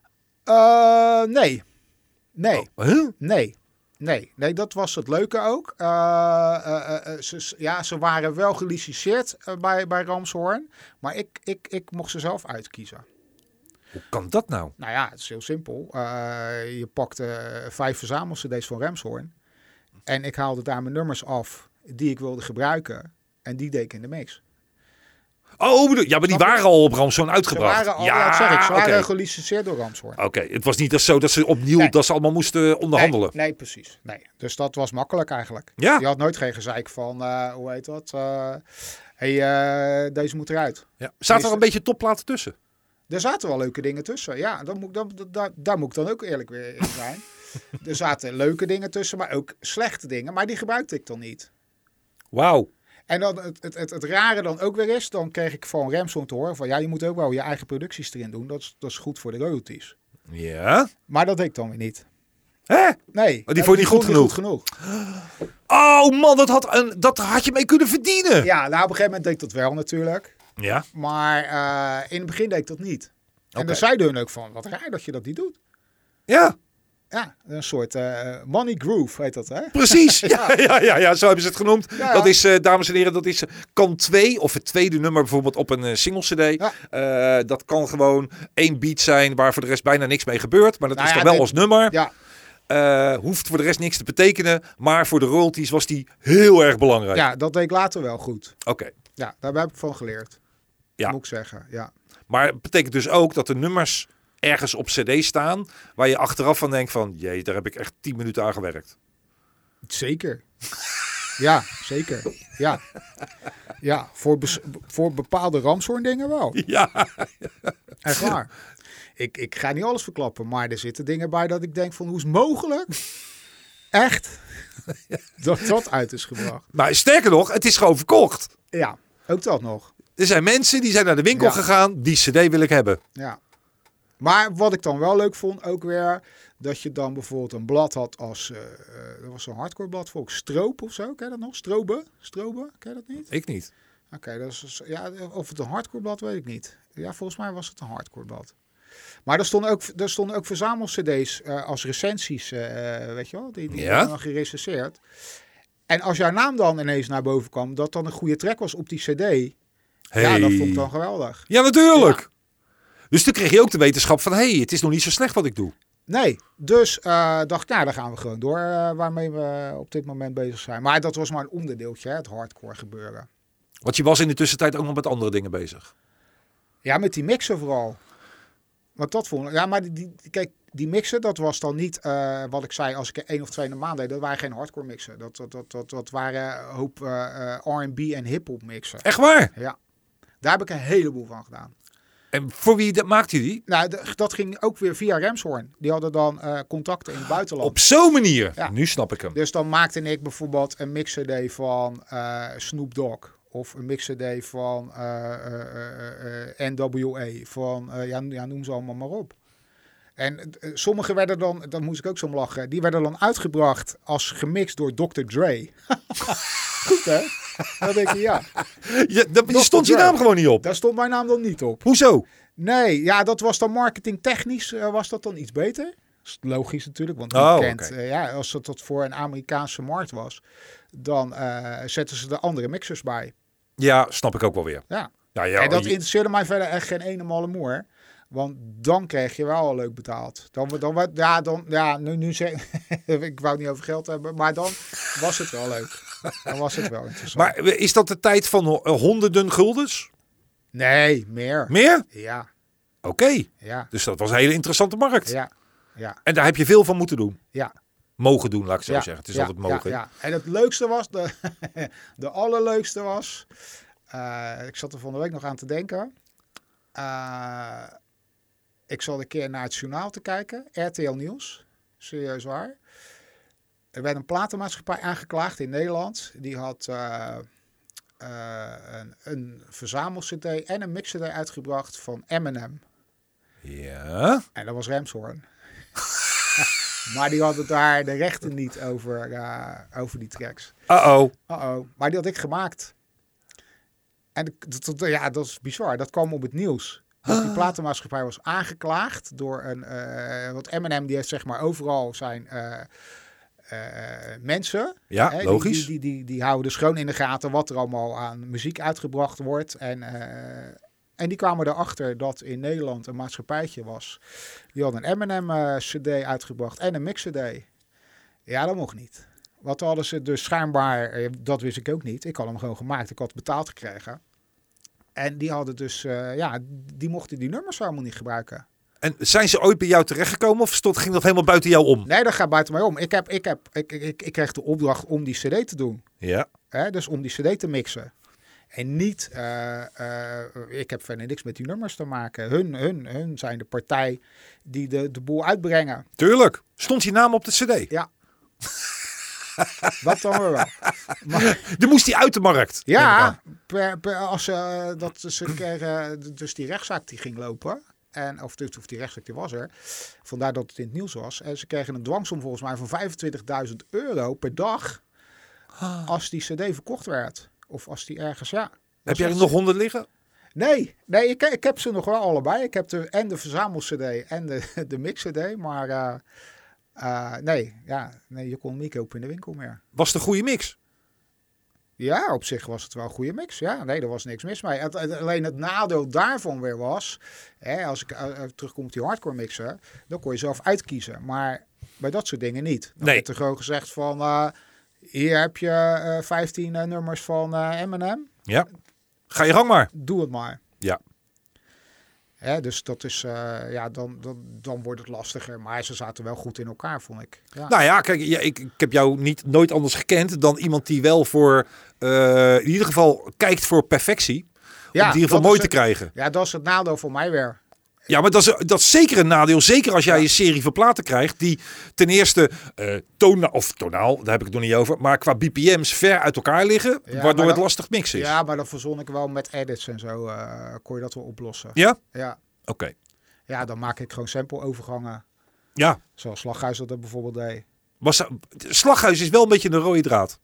Uh, nee. Nee. Oh, huh? Nee. Nee. Nee, dat was het leuke ook. Uh, uh, uh, ze, ja, ze waren wel gelicenseerd uh, bij, bij Ramshorn. Maar ik, ik, ik mocht ze zelf uitkiezen. Hoe kan dat nou? Nou ja, het is heel simpel. Uh, je pakt uh, vijf verzamel-cd's van Ramshorn. En ik haalde daar mijn nummers af die ik wilde gebruiken. En die deed ik in de mix. Oh, bedoel, ja, maar die Snap je? waren al op Ramshorn Ze uitgebracht. waren al, ja, dat zeg ik, ze waren oké. gelicenseerd door Ramshorn. Oké, het was niet dat zo dat ze opnieuw Nee. dat ze allemaal moesten onderhandelen. Nee, nee, precies. Nee. Dus dat was makkelijk eigenlijk. Ja. Je had nooit geen gezeik van, uh, hoe heet dat? Uh, hey, uh, deze moet eruit. Ja. Zaten er Deze- een beetje topplaten tussen? Er zaten wel leuke dingen tussen. Ja, dan moet, dan, daar, daar moet ik dan ook eerlijk weer in zijn. Er zaten leuke dingen tussen, maar ook slechte dingen. Maar die gebruikte ik dan niet. Wauw. En dan het, het, het, het rare dan ook weer is, dan kreeg ik van Ramson te horen van ja, je moet ook wel je eigen producties erin doen. Dat is, dat is goed voor de royalties. Ja? Maar dat deed ik dan weer niet. Hè? Nee. Oh, die vond je niet goed genoeg? genoeg. Oh man, dat had, een, dat had je mee kunnen verdienen. Ja, nou op een gegeven moment deed ik dat wel natuurlijk. Ja. Maar uh, in het begin deed ik dat niet. En Oké. dan zeiden hun ook van, wat raar dat je dat niet doet. Ja, Ja, een soort uh, money groove heet dat, hè? precies. ja, ja, ja, ja, zo hebben ze het genoemd. Ja. Dat is, uh, dames en heren, dat is uh, kant twee of het tweede nummer bijvoorbeeld op een uh, single cd. Ja. Uh, dat kan gewoon één beat zijn waar voor de rest bijna niks mee gebeurt. Maar dat Nou is ja, toch wel dit- als nummer. Ja, Uh, hoeft voor de rest niks te betekenen. Maar voor de royalties was die heel erg belangrijk. ja, dat deed ik later wel goed. Oké. Ja, daar heb ik van geleerd. Ja. Moet ik zeggen, ja. Maar het betekent dus ook dat de nummers ergens op cd staan waar je achteraf van denkt van, jee, daar heb ik echt tien minuten aan gewerkt. Zeker. Ja, zeker. Ja, ja voor, bes- voor bepaalde Ramshoorn dingen wel. Ja. Echt waar. Ik, ik ga niet alles verklappen, maar er zitten dingen bij dat ik denk van, hoe is het mogelijk? Echt? Dat dat uit is gebracht. Maar sterker nog, het is gewoon verkocht. Ja, ook dat nog. Er zijn mensen die zijn naar de winkel Ja. gegaan, die cd wil ik hebben. Ja. Maar wat ik dan wel leuk vond, ook weer, dat je dan bijvoorbeeld een blad had als, uh, uh, dat was zo'n hardcore blad, voor ook Stroop of zo, ken je dat nog? Strobe? Strobe, ken je dat niet? Ik niet. Oké, dat is, dus- ja, of het een hardcore blad, weet ik niet. Ja, volgens mij was het een hardcore blad. Maar er stonden ook, er stonden ook verzamel-cd's uh, als recensies, uh, weet je wel, die, die Ja? werden dan gerecenseerd. En als jouw naam dan ineens naar boven kwam, dat dan een goede track was op die cd, Hey. ja, dat vond ik dan geweldig. Ja, natuurlijk. Dus toen kreeg je ook de wetenschap van, hé, hey, het is nog niet zo slecht wat ik doe. Nee, dus uh, dacht, nou, dan gaan we gewoon door uh, waarmee we op dit moment bezig zijn. Maar dat was maar een onderdeeltje, hè, het hardcore gebeuren. Want je was in de tussentijd ook nog met andere dingen bezig. Ja, met die mixen vooral. Want dat vond ik, ja, maar die, die, kijk, die mixen, dat was dan niet uh, wat ik zei, als ik er één of twee in de maand deed, dat waren geen hardcore mixen. Dat, dat, dat, dat, dat waren een hoop uh, uh, R en B en hip-hop mixen. Echt waar? Ja, daar heb ik een heleboel van gedaan. En voor wie dat maakte je die? Nou, de, dat ging ook weer via Ramshoorn. Die hadden dan uh, contacten in het buitenland. Op zo'n manier. Ja. Nu snap ik hem. Dus dan maakte ik bijvoorbeeld een mix-cd van uh, Snoop Dogg. Of een mix-cd van uh, uh, uh, uh, N W A. Van, uh, ja, ja, noem ze allemaal maar op. En uh, sommige werden dan, dan moest ik ook zo om lachen, die werden dan uitgebracht als gemixt door dokter Dre. Goed hè? Dan denk je, ja. Je, dat, je stond je Dre. naam gewoon niet op. Daar stond mijn naam dan niet op. Hoezo? Nee, ja, dat was dan marketingtechnisch, uh, was dat dan iets beter. Dat is logisch natuurlijk, want Oh, wie kent, oké. uh, ja, als dat, dat voor een Amerikaanse markt was, dan uh, zetten ze er andere mixers bij. Ja, snap ik ook wel weer. Ja. Ja, ja, En dat je- interesseerde mij verder echt geen ene malle moer. Want dan kreeg je wel al leuk betaald. Dan, dan, dan, ja, dan, ja, nu, nu zeg ik wou het niet over geld hebben, maar dan was het wel leuk. Dan was het wel interessant. Maar is dat de tijd van ho- honderden guldens? Nee, meer. Meer? Ja, Oké. ja, Dus dat was een hele interessante markt. ja, ja, En daar heb je veel van moeten doen. ja. Mogen doen, laat ik zo ja, zeggen. Het is ja, altijd mogen. Ja, ja. En het leukste was, de, de allerleukste was, uh, ik zat er van de week nog aan te denken. Uh, ik zat een keer naar het journaal te kijken, R T L Nieuws, serieus waar. Er werd een platenmaatschappij aangeklaagd in Nederland. Die had uh, uh, een, een verzamel-cd en een mix-cd uitgebracht van Eminem. Ja. En dat was Ramshoorn. Maar die hadden daar de rechten niet over, uh, over die tracks. Uh-oh. Uh-oh. Maar die had ik gemaakt. En dat, dat, ja, dat is bizar. Dat kwam op het nieuws. Dat die platenmaatschappij was aangeklaagd door een... Uh, want Eminem die heeft zeg maar overal zijn uh, uh, mensen. Ja, hè, logisch. Die, die, die, die, die houden dus gewoon in de gaten wat er allemaal aan muziek uitgebracht wordt. En... Uh, En die kwamen erachter dat in Nederland een maatschappijtje was. Die had een Eminem uh, cd uitgebracht en een mix cd. Ja, dat mocht niet. Wat hadden ze dus schijnbaar, uh, dat wist ik ook niet. Ik had hem gewoon gemaakt, ik had betaald gekregen. En die hadden dus, uh, ja, die mochten die nummers helemaal niet gebruiken. En zijn ze ooit bij jou terechtgekomen of stond, ging dat helemaal buiten jou om? Nee, dat gaat buiten mij om. Ik, heb, ik, heb, ik, ik, ik kreeg de opdracht om die cd te doen. Ja. Hè? Dus om die cd te mixen. En niet, uh, uh, ik heb verder niks met die nummers te maken. Hun, hun, hun zijn de partij die de, de boel uitbrengen. Tuurlijk. Stond je naam op de cd? Ja. Dat dan wel. Maar, dan moest hij uit de markt. Ja, per, per, als uh, dat ze kregen, dus die rechtszaak die ging lopen. En, of, of die rechtszaak die was er. Vandaar dat het in het nieuws was. En ze kregen een dwangsom volgens mij van vijfentwintigduizend euro per dag. Als die cd verkocht werd. Of als die ergens, ja. Heb jij er nog honderd liggen? Nee, nee ik, ik heb ze nog wel allebei. Ik heb de, en de verzamel-cd en de, de mix-cd. Maar uh, uh, nee, ja, nee, je kon hem niet kopen in de winkel meer. Was het een goede mix? Ja, op zich was het wel een goede mix. Ja, nee, er was niks mis mee. Het, het, alleen het nadeel daarvan weer was... Hè, als ik uh, terugkom op die hardcore mixen... dan kon je zelf uitkiezen. Maar bij dat soort dingen niet. Dan nee. werd er gewoon gezegd van... Uh, hier heb je uh, vijftien uh, nummers van uh, Eminem. Ja. Ga je gang maar. Doe het maar. Ja. Hè, dus dat is... Uh, ja, dan, dan, dan wordt het lastiger. Maar ze zaten wel goed in elkaar, vond ik. Ja. Nou ja, kijk, ja, ik, ik heb jou niet, nooit anders gekend... dan iemand die wel voor... Uh, in ieder geval kijkt voor perfectie. Ja, om het in ieder geval mooi te het, krijg. Ja, dat is het nadeel voor mij weer. Ja, maar dat is, dat is zeker een nadeel. Zeker als jij ja. een serie van platen krijgt die ten eerste uh, tona, of tonaal, daar heb ik het nog niet over, maar qua B P M's ver uit elkaar liggen, ja, waardoor dan, het lastig mixen is. Ja, maar dat verzon ik wel met edits en zo. Uh, kon je dat wel oplossen. Ja? Ja. Oké. Okay. Ja, dan maak ik gewoon sample-overgangen. Ja. Zoals Slaghuis dat bijvoorbeeld deed. Was, Slaghuis is wel een beetje een rode draad.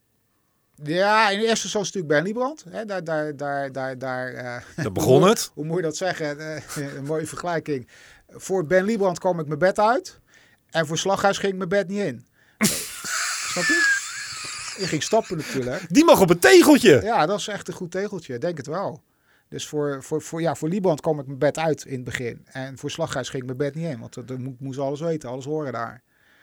Ja, in de eerste instantie natuurlijk Ben Liebrand. Hè, daar, daar, daar, daar, daar, uh, daar begon hoe, het. Hoe moet je dat zeggen? Uh, een mooie vergelijking. Voor Ben Liebrand kwam ik mijn bed uit. En voor Slaghuis ging ik mijn bed niet in. Snap je? Je ging stappen natuurlijk. Die mag op een tegeltje. Ja, dat is echt een goed tegeltje. Denk het wel. Dus voor, voor, voor, ja, voor Liebrand kwam ik mijn bed uit in het begin. En voor Slaghuis ging ik mijn bed niet in. Want dan moest alles weten. Alles horen daar.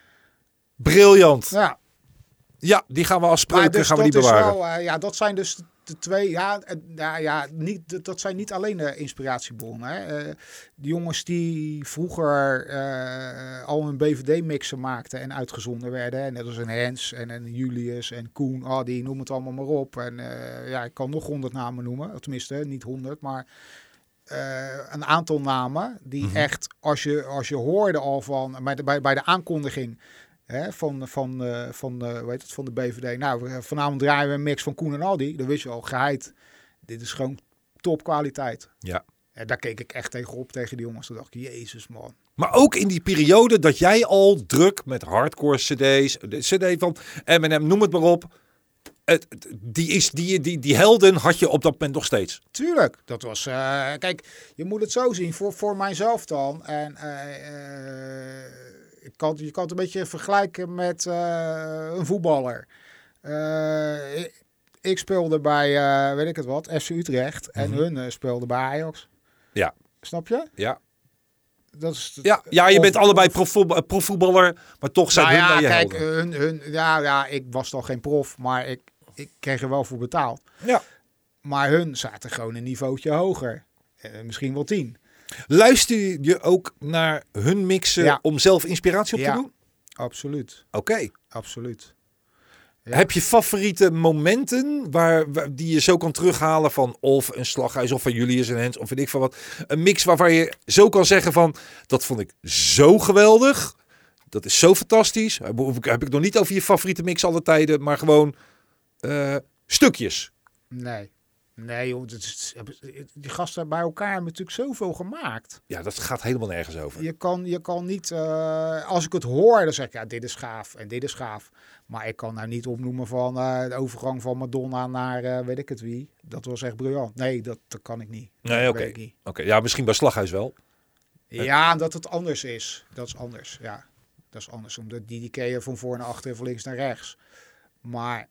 Briljant. Ja. Ja, die gaan we als spreuken dus gaan we die bewaren. Wel, uh, ja, dat zijn dus de twee. Ja, uh, ja niet, dat zijn niet alleen de inspiratiebronnen. Hè. Uh, de jongens die vroeger uh, al hun B V D-mixen maakten en uitgezonden werden. Hè. Net als een Hens en een Julius en Koen, Adi, noem het allemaal maar op. En uh, ja, ik kan nog honderd namen noemen. Tenminste, niet honderd, maar uh, een aantal namen die mm-hmm. echt, als je, als je hoorde al van bij de, bij, bij de aankondiging. Hè, van, van, uh, van, uh, weet het, van de B V D. Nou, vanavond draaien we een mix van Koen en Aldi. Dan wist je al, geheid. Dit is gewoon topkwaliteit. Ja. En daar keek ik echt tegenop tegen die jongens. Toen dacht ik, jezus man. Maar ook in die periode dat jij al druk met hardcore cd's, de cd van Eminem, noem het maar op. Het, die, is, die, die, die helden had je op dat moment nog steeds. Tuurlijk. Dat was, uh, kijk, je moet het zo zien. Voor, voor mijzelf dan. En uh, uh, Ik kan, je kan het een beetje vergelijken met uh, een voetballer. Uh, ik, ik speelde bij, uh, weet ik het wat, F C Utrecht. En mm-hmm. hun uh, speelden bij Ajax. Ja. Snap je? Ja. Dat is ja, ja, je of, bent allebei profvoetballer, profvoetballer, maar toch zijn nou hun ja, naar je kijk, helden. Hun, hun, ja, ja, ik was toch geen prof, maar ik, ik kreeg er wel voor betaald. Ja. Maar hun zaten gewoon een niveautje hoger. Uh, misschien wel tien. Luister je ook naar hun mixen ja. om zelf inspiratie op ja, te doen? Absoluut. Oké. Okay. Absoluut. Ja. Heb je favoriete momenten waar, waar die je zo kan terughalen van of een Slaghuis of van Julius en Hens of weet ik van wat. Een mix waarvan je zo kan zeggen van dat vond ik zo geweldig. Dat is zo fantastisch. Heb ik nog niet over je favoriete mix alle tijden, maar gewoon uh, stukjes. Nee. Nee, joh, is, die gasten bij elkaar hebben natuurlijk zoveel gemaakt. Ja, dat gaat helemaal nergens over. Je kan, je kan niet, uh, als ik het hoor, dan zeg ik, ja, dit is gaaf en dit is gaaf. Maar ik kan nou niet opnoemen van uh, de overgang van Madonna naar uh, weet ik het wie. Dat was echt briljant. Nee, dat, dat kan ik niet. Nee, oké. Okay. Okay. Ja, misschien bij Slaghuis wel. Ja, dat het anders is. Dat is anders, ja. Dat is anders, omdat die, die ken je van voor naar achter en van links naar rechts. Maar...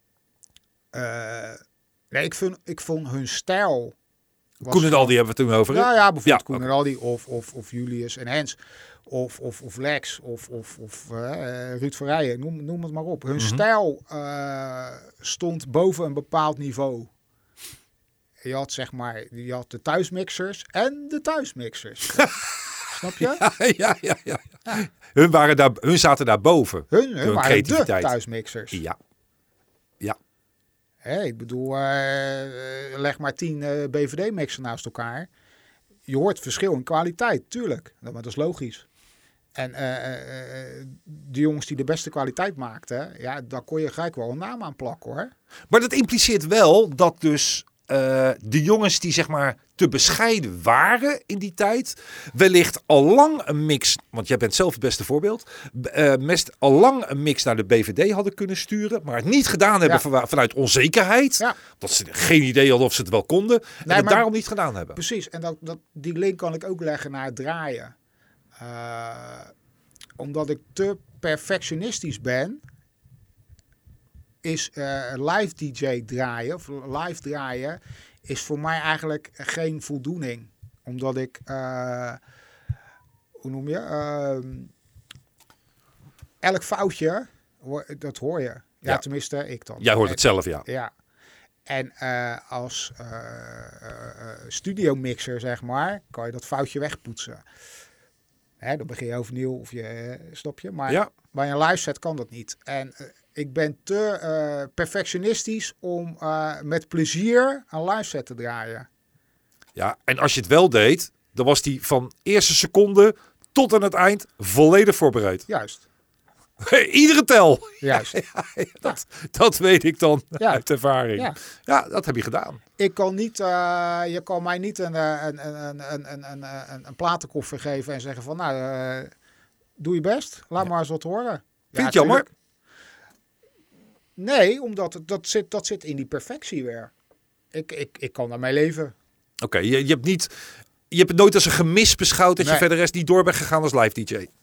Uh, Nee, ik, vind, ik vond hun stijl... Koen en Aldi hebben we het toen over. Nou ja, bijvoorbeeld ja, Koen en Aldi of, of, of Julius en Hens. Of, of, of Lex of, of, of uh, Ruud van Rijen. Noem, noem het maar op. Hun mm-hmm. stijl uh, stond boven een bepaald niveau. Je had zeg maar... Je had de thuismixers en de thuismixers. Snap je? Ja, ja, ja, ja. ja. Hun, waren daar, hun zaten daar boven. Hun, hun waren de thuismixers. Ja. Ja. Hè, ik bedoel, uh, leg maar tien uh, B V D-mixen naast elkaar. Je hoort verschil in kwaliteit, tuurlijk. Maar dat is logisch. En uh, uh, de jongens die de beste kwaliteit maakten, ja, daar kon je gelijk wel een naam aan plakken, hoor. Maar dat impliceert wel dat dus uh, de jongens die zeg maar te bescheiden waren in die tijd, wellicht al lang een mix, want jij bent zelf het beste voorbeeld, uh, mest al lang een mix naar de B V D hadden kunnen sturen, maar het niet gedaan hebben ja. van, vanuit onzekerheid. Ja. Dat ze geen idee hadden of ze het wel konden en nee, het daarom niet gedaan hebben. Precies, en dat, dat, die link kan ik ook leggen naar het draaien. Uh, omdat ik te perfectionistisch ben, is uh, live D J draaien, of live draaien, is voor mij eigenlijk geen voldoening. Omdat ik, uh, hoe noem je, uh, elk foutje, dat hoor je. Ja, ja, tenminste, ik dan. Jij hoort het zelf, ja. Ja. En uh, als uh, uh, studiomixer, zeg maar, kan je dat foutje wegpoetsen. Hè, dan begin je overnieuw of je uh, stop je. Maar ja. bij een live set kan dat niet. En uh, ik ben te uh, perfectionistisch om uh, met plezier een live set te draaien. Ja, en als je het wel deed, dan was die van eerste seconde tot aan het eind volledig voorbereid. Juist. Iedere tel. Juist. Ja, ja, dat, dat weet ik dan ja. uit ervaring. Ja. ja, dat heb je gedaan. Ik kan niet, uh, je kan mij niet een, een, een, een, een, een, een, een platenkoffer geven en zeggen van, nou, uh, doe je best. Laat ja. maar eens wat horen. Vind je ja, jammer? Nee, omdat het, dat, zit, dat zit in die perfectie weer. Ik, ik, ik kan daarmee leven. Oké, okay, je, je hebt niet, je hebt het nooit als een gemis beschouwd dat nee. je verder rest niet door bent gegaan als live D J.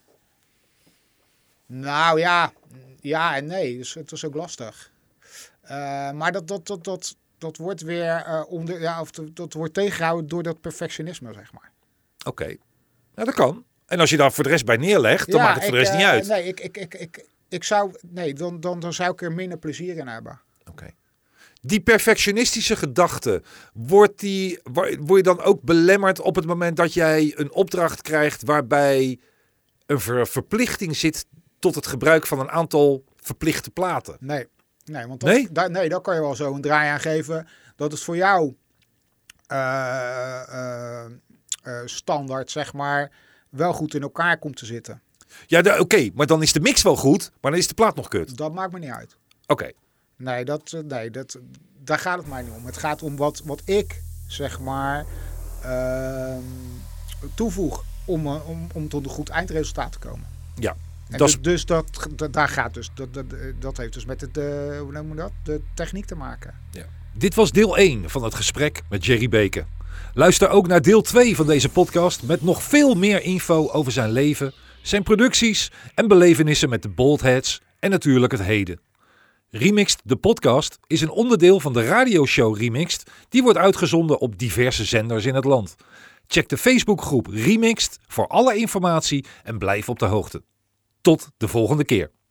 Nou ja, ja en nee. Dus het was ook lastig. Uh, maar dat, dat, dat, dat, dat wordt weer uh, onder, ja, of dat, dat wordt tegengehouden door dat perfectionisme, zeg maar. Oké, okay. Nou, dat kan. En als je daar voor de rest bij neerlegt, dan ja, maakt het voor de rest uh, niet uit. Nee, ik, ik, ik, ik, ik zou, nee dan, dan, dan zou ik er minder plezier in hebben. Oké. Okay. Die perfectionistische gedachte, wordt, die, word je dan ook belemmerd op het moment dat jij een opdracht krijgt waarbij een ver, verplichting zit tot het gebruik van een aantal verplichte platen? Nee, nee want dat, nee? Da, nee, daar kan je wel zo een draai aan geven. Dat is voor jou uh, uh, uh, standaard, zeg maar, wel goed in elkaar komt te zitten. Ja, oké, okay, maar dan is de mix wel goed, maar dan is de plaat nog kut. Dat maakt me niet uit. Oké. Okay. Nee, dat, nee dat, daar gaat het mij niet om. Het gaat om wat, wat ik, zeg maar, uh, toevoeg om, om, om tot een goed eindresultaat te komen. Ja. En dat dus, dus dat, dat, daar gaat dus, dat, dat, dat heeft dus met het, uh, hoe noemen we dat? De techniek te maken. Ja. Dit was deel één van het gesprek met Jerry Beke. Luister ook naar deel twee van deze podcast met nog veel meer info over zijn leven, zijn producties en belevenissen met de Boldheads en natuurlijk het heden. Remixed, de podcast, is een onderdeel van de radioshow Remixed. Die wordt uitgezonden op diverse zenders in het land. Check de Facebookgroep Remixed voor alle informatie en blijf op de hoogte. Tot de volgende keer.